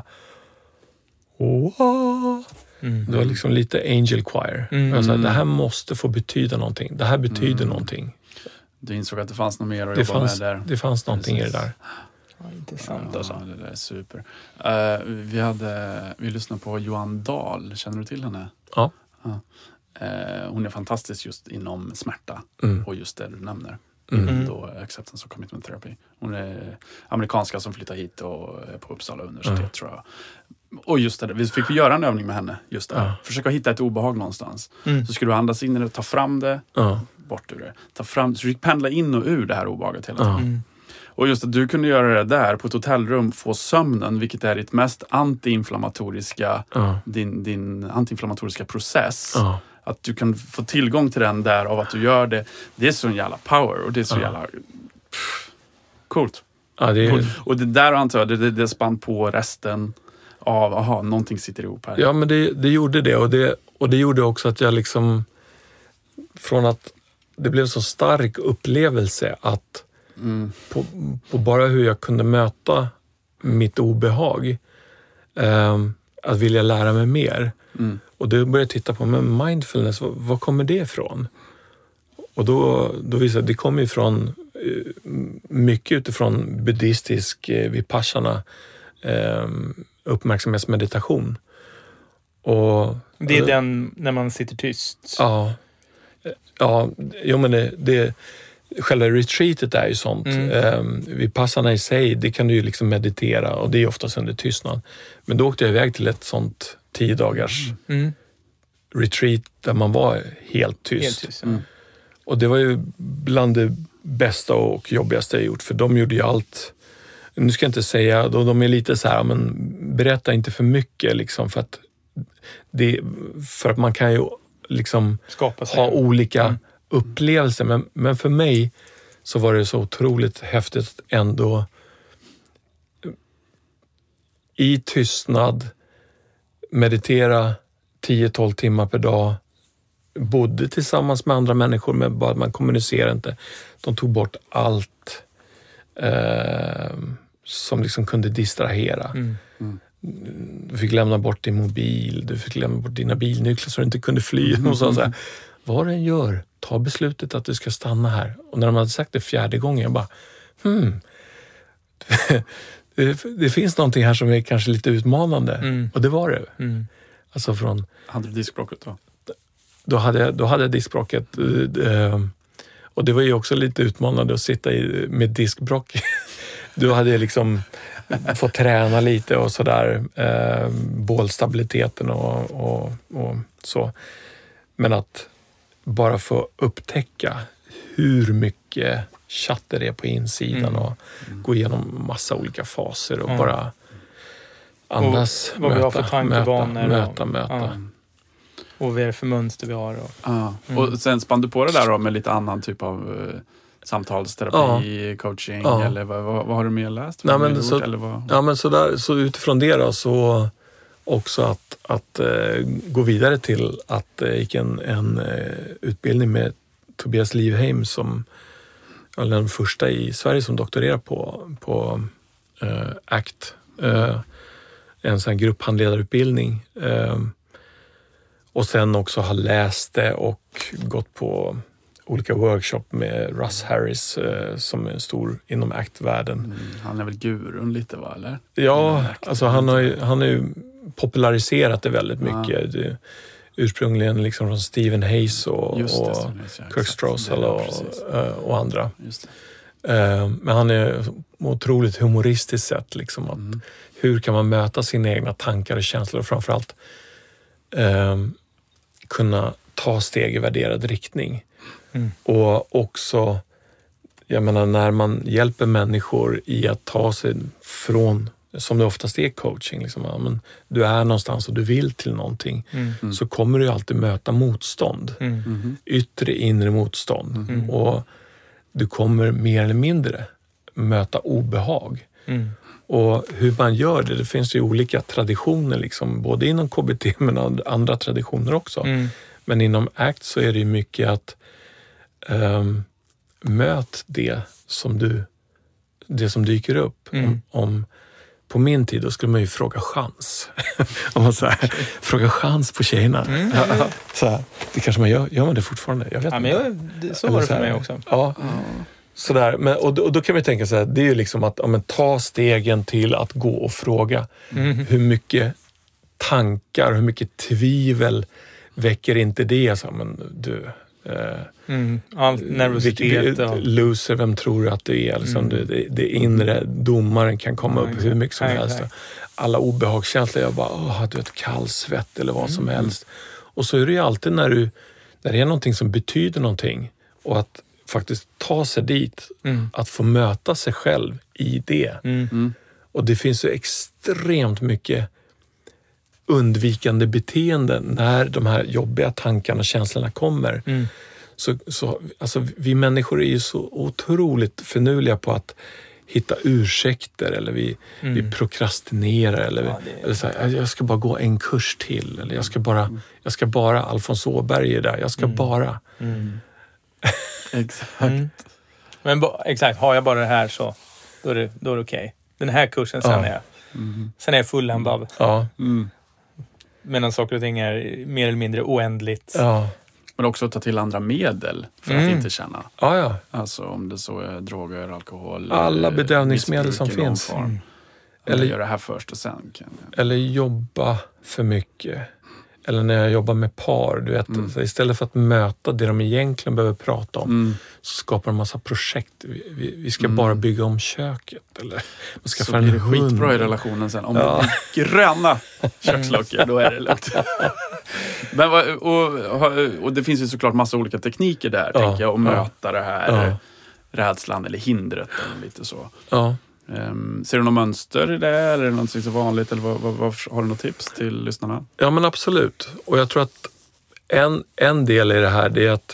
Det var liksom lite angel choir. Jag sa, det här måste få betyda någonting. Det här betyder någonting. Du insåg att det fanns något mer att jobba med där. Det fanns någonting i det där. Ja, intressant alltså. Det där är super. Vi lyssnade på Johan Dahl. Känner du till henne? Ja. Hon är fantastisk just inom smärta och just det du nämner. Då acceptance och commitment therapy. Hon är amerikanska som flyttar hit och är på Uppsala universitet tror jag. Och just det, vi fick göra en övning med henne. Just det. Försöka hitta ett obehag någonstans. Så skulle du andas in i det, ta fram det, bort ur det. Ta fram, så du fick pendla in och ur det här obehaget hela tiden. Och just att du kunde göra det där på ett hotellrum, få sömnen, vilket är ditt mest antiinflammatoriska, din antiinflammatoriska process. Att du kan få tillgång till den där av att du gör det. Det är så en jävla power och det är så jävla coolt. Ja, det är... coolt. Och det där antar jag, det spann på resten av, någonting sitter ihop här. Ja, men det gjorde det. Och det gjorde också att jag liksom, från att det blev så stark upplevelse att på bara hur jag kunde möta mitt obehag, att vilja lära mig mer. Och då började jag titta på mindfulness, vad kommer det ifrån? Och då visade det kommer ifrån mycket utifrån buddhistisk vipassana, uppmärksamhetsmeditation. Och det är den när man sitter tyst. Ja, men det själva retreatet är ju sånt. Vipassana i sig, det kan du ju liksom meditera och det är oftast under tystnad. Men då åkte jag iväg till ett sånt 10 dagars retreat där man var helt tyst. Och det var ju bland det bästa och jobbigaste jag gjort, för de gjorde ju allt. Nu ska jag inte säga, de är lite så här, men berätta inte för mycket liksom, för att man kan ju liksom ha olika upplevelser. Men för mig så var det så otroligt häftigt ändå i tystnad meditera 10-12 timmar per dag, bodde tillsammans med andra människor, men bara man kommunicerar inte. De tog bort allt som liksom kunde distrahera. Du fick lämna bort din mobil, du fick lämna bort dina bilnycklar så du inte kunde fly. Och så här, vad den gör, ta beslutet att du ska stanna här. Och när de hade sagt det 4:e gången, jag bara det finns någonting här som är kanske lite utmanande. Och det var det. Alltså från... Hade du diskbråcket då? Då hade jag diskbråcket. Och det var ju också lite utmanande att sitta med diskbråck. Då hade jag liksom fått träna lite och sådär. Bålstabiliteten och så. Men att bara få upptäcka hur mycket chatter det är på insidan och gå igenom massa olika faser och bara andas, och vad vi har för tankebanor möta. Och vad är det för mönster vi har. Och sen spann du på det där då med lite annan typ av samtalsterapi, coaching eller vad har du mer läst? Så utifrån det då, så också att gå vidare till att jag gick en utbildning med Tobias Livheim som var den första i Sverige som doktorerar på ACT, en sån här grupphandledarutbildning. Och sen också har läst det och gått på olika workshop med Russ Harris som är en stor inom ACT-världen. Han är väl gurun lite, va? Eller? Ja, alltså han har ju populariserat det väldigt mycket. Det, ursprungligen liksom från Stephen Hayes och Kirk Strossel och andra. Just det. Men han är otroligt humoristiskt sätt liksom att hur kan man möta sina egna tankar och känslor och framförallt kunna ta steg i värderad riktning. Och också, jag menar, när man hjälper människor i att ta sig från, som det oftast är coaching, liksom, men du är någonstans och du vill till någonting, så kommer du ju alltid möta motstånd. Yttre, inre motstånd. Och du kommer mer eller mindre möta obehag. Och hur man gör det finns ju olika traditioner liksom, både inom KBT men andra traditioner också. Men inom ACT så är det ju mycket att möt det som dyker upp. Om på min tid då skulle man ju fråga chans. Om man så här, fråga chans på tjejerna. Så här, det kanske man gör man det fortfarande? Jag vet inte. Så var det för mig också. Ja. Sådär. Men, och då kan man tänka så här, det är ju liksom att ta stegen till att gå och fråga hur mycket tankar, hur mycket tvivel väcker inte det? Så, men du, All nervositet. Loser, vem tror du att det är? Liksom, det inre domaren kan komma upp hur mycket som helst. Alla obehagskänslor, jag bara, du vet, kallsvett eller vad som helst. Och så är det ju alltid när det är någonting som betyder någonting och att faktiskt ta sig dit, att få möta sig själv i det. Och det finns ju extremt mycket undvikande beteenden när de här jobbiga tankarna och känslorna kommer. Så alltså, vi människor är ju så otroligt förnuliga på att hitta ursäkter, eller vi prokrastinerar, eller så här, jag ska bara gå en kurs till, eller jag ska bara Alfons Åberg är där, jag ska bara Exakt. Men exakt, har jag bara det här så då är det okej. Den här kursen sen är jag fulländ av. Medan saker och ting är mer eller mindre oändligt. Men också ta till andra medel för att inte känna. Ja. Alltså om det så är droger, alkohol. Alla bedövningsmedel som finns. Eller göra det här först och sen. Eller jobba för mycket. Eller när jag jobbar med par, du vet, så istället för att möta det de egentligen behöver prata om, så skapar de en massa projekt. Vi ska bara bygga om köket. Eller man ska så blir det skitbra i relationen sen. Om det blir gröna kökslocker, då är det lugnt. Men, och det finns ju såklart massa olika tekniker där, tänker jag, att möta det här rädslan eller hindret eller lite så. Ser du något mönster i det, eller är det något så vanligt, eller har du något tips till lyssnarna? Ja, men absolut. Och jag tror att en del i det här,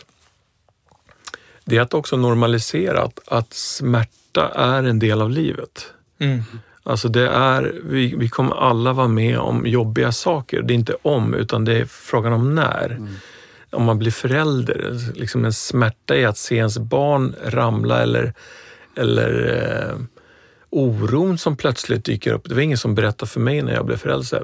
det är att också normalisera att smärta är en del av livet. Alltså vi kommer alla vara med om jobbiga saker. Det är inte utan det är frågan om när. Om man blir förälder, liksom en smärta är att se ens barn ramla, eller oron som plötsligt dyker upp. Det var ingen som berättade för mig när jag blev förälder.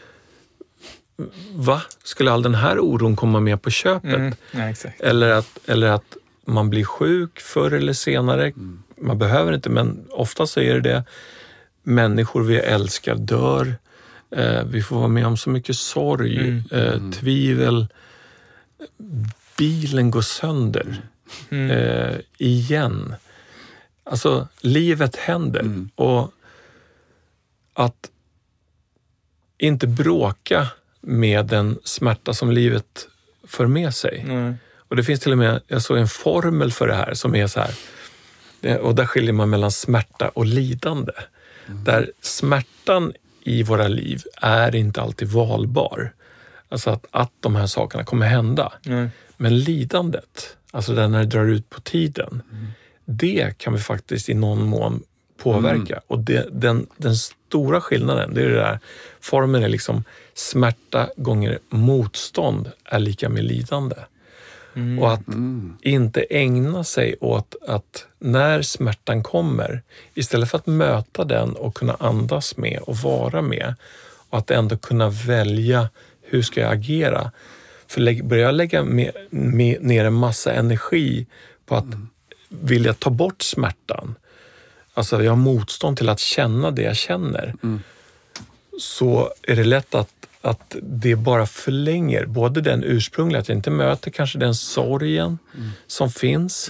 Va? Skulle all den här oron komma med på köpet? Ja, exakt. Eller att man blir sjuk förr eller senare. Man behöver inte, men ofta så är det. Människor vi älskar dör. Vi får vara med om så mycket sorg, tvivel. Bilen går sönder. Igen. Alltså, livet händer. Och att inte bråka med den smärta som livet för med sig. Och det finns till och med en formel för det här som är så här. Och där skiljer man mellan smärta och lidande. Där smärtan i våra liv är inte alltid valbar. Alltså att de här sakerna kommer hända. Men lidandet, alltså när det drar ut på tiden, det kan vi faktiskt i någon mån påverka. Och den stora skillnaden, det är det där, formen är liksom smärta gånger motstånd är lika med lidande. Och att inte ägna sig åt att när smärtan kommer, istället för att möta den och kunna andas med och vara med, och att ändå kunna välja hur ska jag agera. För börjar jag lägga ner en massa energi på att vilja ta bort smärtan, alltså jag har motstånd till att känna det jag känner, så är det lätt att det bara förlänger både den ursprungliga, att jag inte möter kanske den sorgen som finns.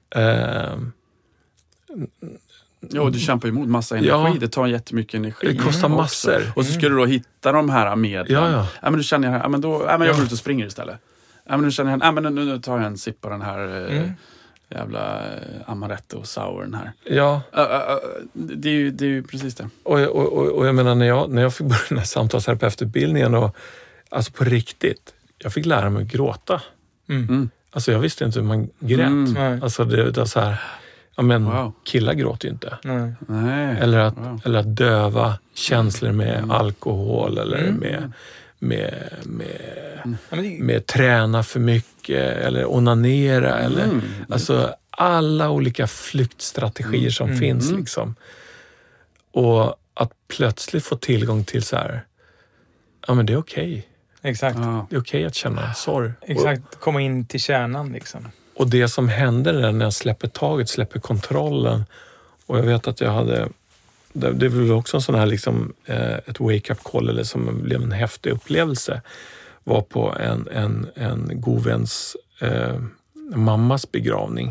Ja, du kämpar emot massa energi. Det tar jättemycket energi. Det kostar massor. Och så ska du då hitta de här medlen. Ja, men du känner jag, men jag går ut och springer istället. Men nu känner jag, men nu tar jag en sipp på den här jävla amaretto souren här. Ja. Det är ju precis det. Och jag menar, när jag fick börja den här samtalsterapeututbildningen, och alltså på riktigt, jag fick lära mig att gråta. Alltså jag visste inte hur man grät. Alltså det var så här, ja men killar gråter ju inte. Nej. Eller att döva känslor med alkohol, eller med träna för mycket, eller onanera, eller alltså alla olika flyktstrategier som finns liksom. Och att plötsligt få tillgång till så här, ja men det är okej. Exakt. Det är okej att känna sorg. Exakt, komma in till kärnan liksom. Och det som händer när jag släpper taget, släpper kontrollen, och jag vet att jag hade, det var också en sån här liksom, ett wake-up call, eller som blev en häftig upplevelse, var på en god väns mammas begravning.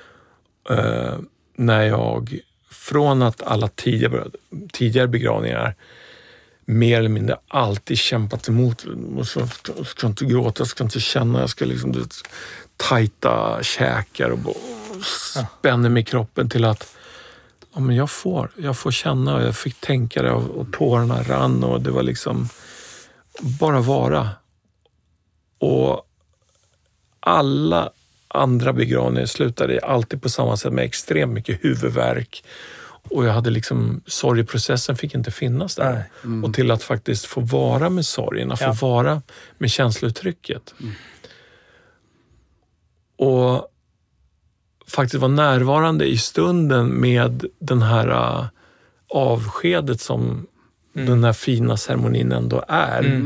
När jag, från att alla tidigare begravningar mer eller mindre alltid kämpat emot. Jag ska inte gråta, jag ska inte känna, jag ska liksom tajta käkar och spänner mig i kroppen till att men jag får känna, och jag fick tänka det, och tårarna rann, och det var liksom bara vara. Och alla andra begravningar slutade alltid på samma sätt med extremt mycket huvudvärk. Och jag hade liksom, sorgprocessen fick inte finnas där. Och till att faktiskt få vara med sorgen, att få vara med känslouttrycket. Och faktiskt vara närvarande i stunden med den här avskedet som den här fina ceremonin ändå är.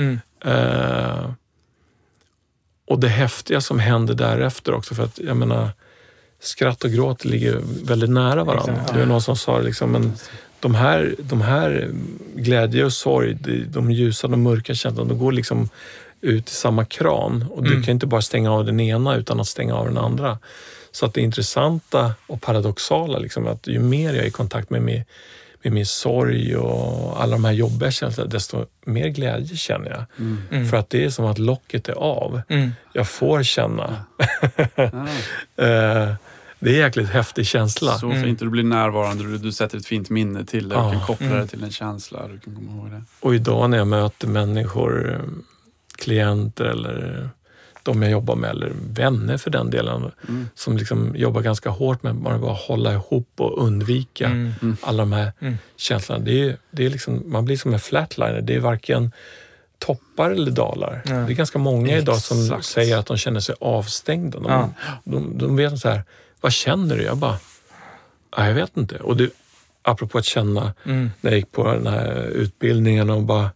Och det häftiga som händer därefter också, för att jag menar, skratt och gråt ligger väldigt nära varandra. Exakt. Det är någon som sa liksom, men de här glädje och sorg, de ljusa och de mörka känslorna, de går liksom ut i samma kran, och du kan inte bara stänga av den ena utan att stänga av den andra. Så att det intressanta och paradoxala liksom, att ju mer jag är i kontakt med min sorg och alla de här jobbiga känslorna, desto mer glädje känner jag. För att det är som att locket är av. Jag får känna. Det är en jäkligt häftig känsla. Så fint, du blir närvarande, du sätter ett fint minne till det, du kan koppla det till en känsla, du kan komma ihåg det. Och idag när jag möter människor, klienter eller de jag jobbar med, eller vänner för den delen, som liksom jobbar ganska hårt med att bara hålla ihop och undvika alla de här känslorna. Det är liksom, man blir som en flatliner. Det är varken toppar eller dalar. Det är ganska många idag som säger att de känner sig avstängda. De vet så här, vad känner du? Jag bara, jag vet inte. Och det, apropå att känna, när jag gick på den här utbildningen och bara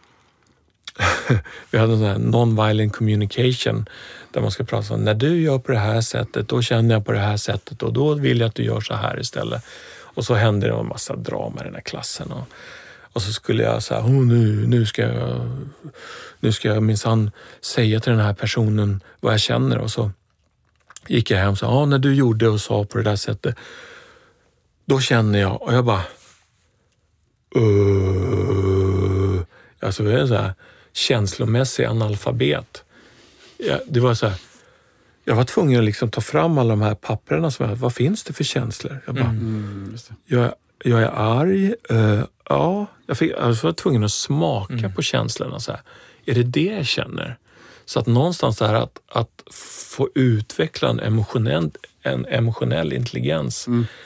vi hade en sån här non-violent communication där man ska prata om, när du gör på det här sättet, då känner jag på det här sättet, och då vill jag att du gör så här istället. Och så hände det en massa drama i den här klassen, och så skulle jag säga, nu ska jag minsann säga till den här personen vad jag känner. Och så gick jag hem och sa, när du gjorde och sa på det där sättet, då känner jag, och jag bara alltså det är så här känslomässig analfabet. Det var så här, jag var tvungen att liksom ta fram alla de här papperna som vad finns det för känslor? Jag bara, jag är arg, jag var tvungen att smaka på känslorna så här. Är det jag känner? Så att någonstans så här att få utveckla en emotionell intelligens.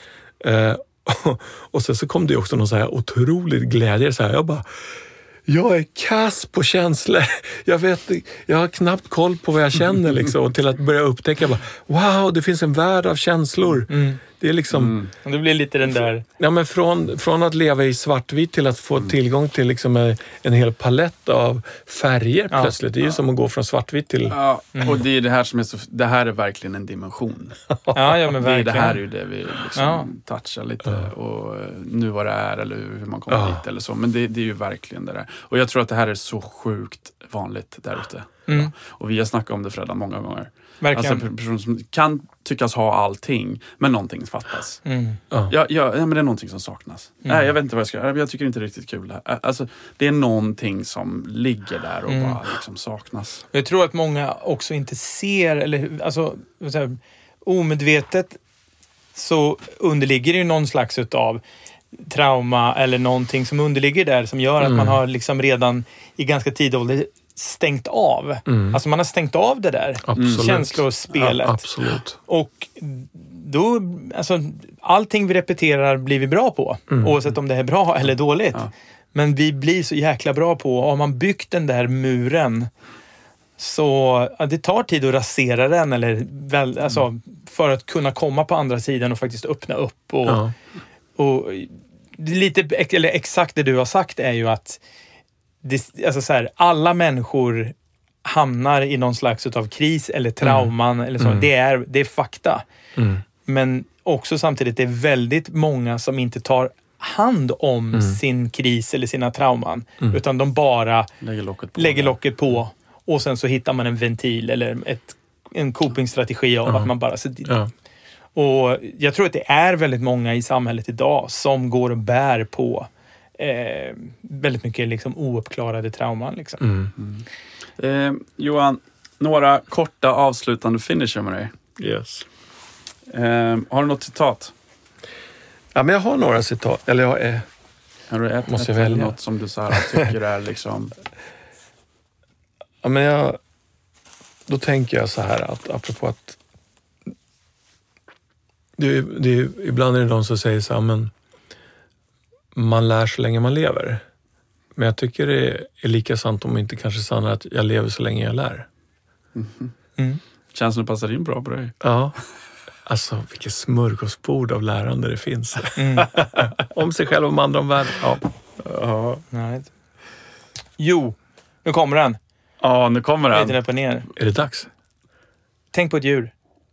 Och sen så kom det också någon så här otrolig glädje så här, jag bara, jag är kass på känslor. Jag har knappt koll på vad jag känner liksom. Och till att börja upptäcka bara, wow, det finns en värld av känslor. Det är liksom... Det blir lite den där... Ja, men från att leva i svartvitt till att få tillgång till liksom en hel palett av färger plötsligt. Det är ju som att gå från svartvitt till... Ja, och det är det här som är så... Det här är verkligen en dimension. Ja, men verkligen. Det här är ju det vi liksom touchar lite. Och nu vad det är, eller hur man kommer dit eller så. Men det är ju verkligen det där. Och jag tror att det här är så sjukt vanligt där ute. Och vi har snackat om det, Fredda, många gånger. Verkligen. Alltså personer som kan tyckas ha allting, men någonting fattas. Men det är någonting som saknas. Nej, jag vet inte vad jag ska göra. Jag tycker inte det är riktigt kul här. Alltså, det är någonting som ligger där och bara liksom saknas. Jag tror att många också inte ser, eller alltså omedvetet så underligger det ju någon slags utav trauma eller någonting som underligger där som gör att man har liksom redan i ganska tidig ålder stängt av. Alltså man har stängt av det där känslospelet. Ja, absolut. Och då, alltså allting vi repeterar blir vi bra på. Oavsett om det är bra eller dåligt. Men vi blir så jäkla bra på, har man byggt den där muren, så det tar tid att rasera den eller alltså, för att kunna komma på andra sidan och faktiskt öppna upp och lite, eller exakt det du har sagt är ju att alltså så här, alla människor hamnar i någon slags av kris eller trauman eller så. Det är fakta. Men också samtidigt det är väldigt många som inte tar hand om sin kris eller sina trauman, utan de bara lägger locket på och sen så hittar man en ventil eller en copingstrategi av att man bara... Och jag tror att det är väldigt många i samhället idag som går och bär på väldigt mycket liksom ouppklarade trauman. Liksom. Johan, några korta avslutande finisher med dig. Yes. Har du något citat? Ja, men jag har några citat. Eller har du måste jag välja något som du så här tycker är liksom... Ja, men då tänker jag så här att apropå att ibland är det de som säger så här, men man lär så länge man lever. Men jag tycker det är lika sant om inte kanske sant att jag lever så länge jag lär. Känns som det passar in bra på dig. Ja. Alltså, vilket smörgåsbord av lärande det finns. Om sig själv och om andra, om världen. Ja. Nej. Jo, nu kommer den. Ja, nu kommer den. Lite upp och ner. Är det dags? Tänk på ett djur.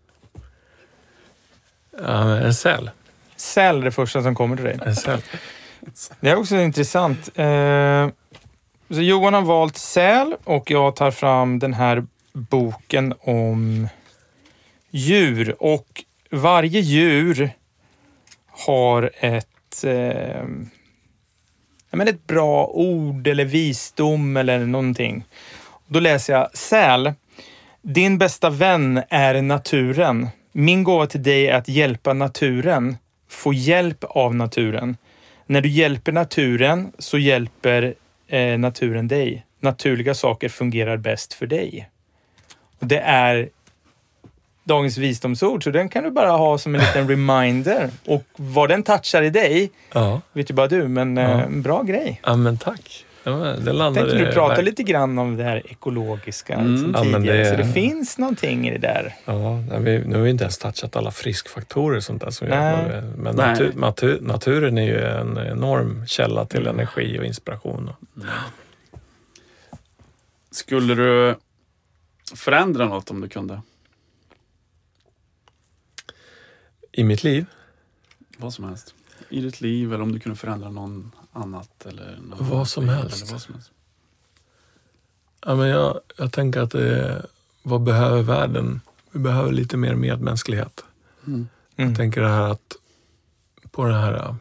En säl. Säl är det första som kommer till dig. En säl. Det är också intressant. Så Johan har valt säl och jag tar fram den här boken om djur. Och varje djur har ett bra ord eller visdom eller någonting. Då läser jag: säl, din bästa vän är naturen. Min gåva till dig är att hjälpa naturen. Få hjälp av naturen. När du hjälper naturen så hjälper naturen dig. Naturliga saker fungerar bäst för dig. Och det är dagens visdomsord, så den kan du bara ha som en liten reminder. Och vad den touchar i dig vet ju bara du, men bra grej. Ja, men tack. Det tänkte du prata lite grann om det här ekologiska som tidigare. Så det finns någonting i det där. Ja, nu har vi inte ens touchat alla friskfaktorer och sånt där som gör. Men naturen är ju en enorm källa till energi och inspiration. Skulle du förändra något om du kunde? I mitt liv? Vad som helst. I ditt liv, eller om du kunde förändra någon annat eller vad som helst. Eller vad som helst. Ja, men jag tänker att vad behöver världen? Vi behöver lite mer medmänsklighet. Jag tänker det här att på den här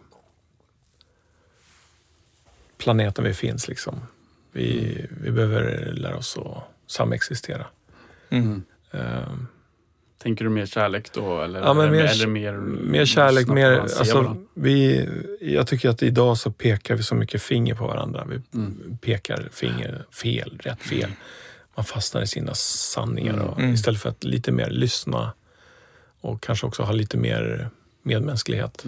planeten vi finns liksom. Vi behöver lära oss att samexistera. Tänker du mer kärlek då? Eller, ja, men eller mer kärlek. Jag tycker att idag så pekar vi så mycket finger på varandra. Vi pekar finger rätt fel. Man fastnar i sina sanningar. Och istället för att lite mer lyssna och kanske också ha lite mer medmänsklighet.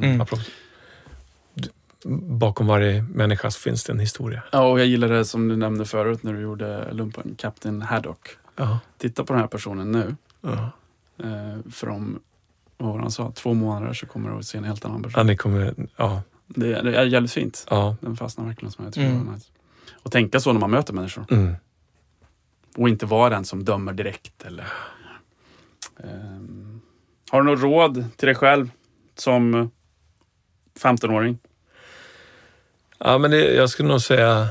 Bakom varje människa så finns det en historia. Ja, och jag gillar det som du nämnde förut när du gjorde lumpen, Captain Haddock. Titta på den här personen nu. För om, vad var han sa, 2 månader så kommer du att se en helt annan person. Det är jävligt fint. Den fastnar verkligen som jag tror det var nice. Och tänka så när man möter människor. Och inte vara den som dömer direkt. Eller. Har du något råd till dig själv som 15-åring? Ja, men jag skulle nog säga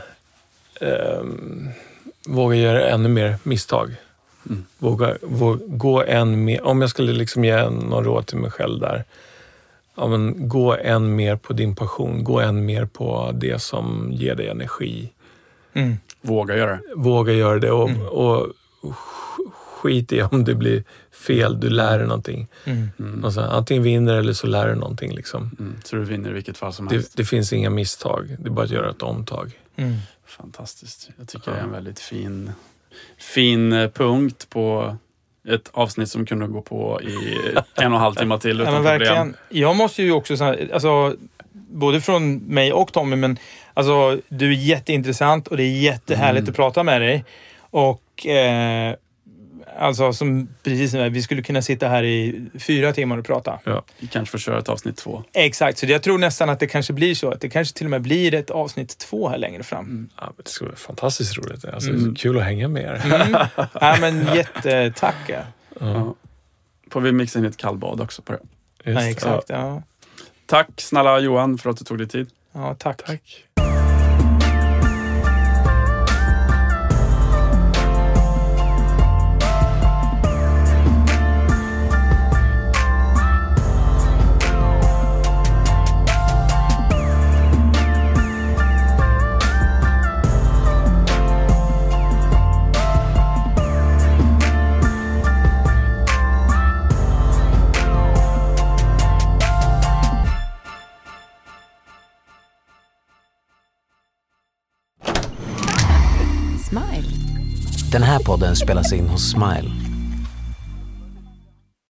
våga göra ännu mer misstag. Våga gå än mer. Om jag skulle liksom ge någon råd till mig själv där. Ja, men gå än mer på din passion. Gå än mer på det som ger dig energi. Våga göra det. Våga göra det och skit i om det blir fel. Du lär dig någonting. Alltså, antingen vinner eller så lär du någonting liksom. Så du vinner i vilket fall som helst. Det finns inga misstag. Det är bara att göra ett omtag. Fantastiskt. Jag tycker det är en väldigt fin punkt på ett avsnitt som kunde gå på i 1,5 timmar till utan problem. Verkligen. Jag måste ju också alltså, både från mig och Tommy, men alltså, du är jätteintressant och det är jättehärligt att prata med dig. Och alltså, precis som vi skulle kunna sitta här i 4 timmar och prata. Ja, vi kanske får köra ett avsnitt 2. Exakt, så jag tror nästan att det kanske blir så. Att det kanske till och med blir ett avsnitt 2 här längre fram. Ja, men det ska vara fantastiskt roligt. Alltså, det är så kul att hänga med er. Ja, men jättetack. Ja. Får vi mixa in ett kallbad också på det? Ja, exakt. Ja. Tack snälla Johan för att du tog dig tid. Ja, tack. Smile. Den här podden spelas in hos Smile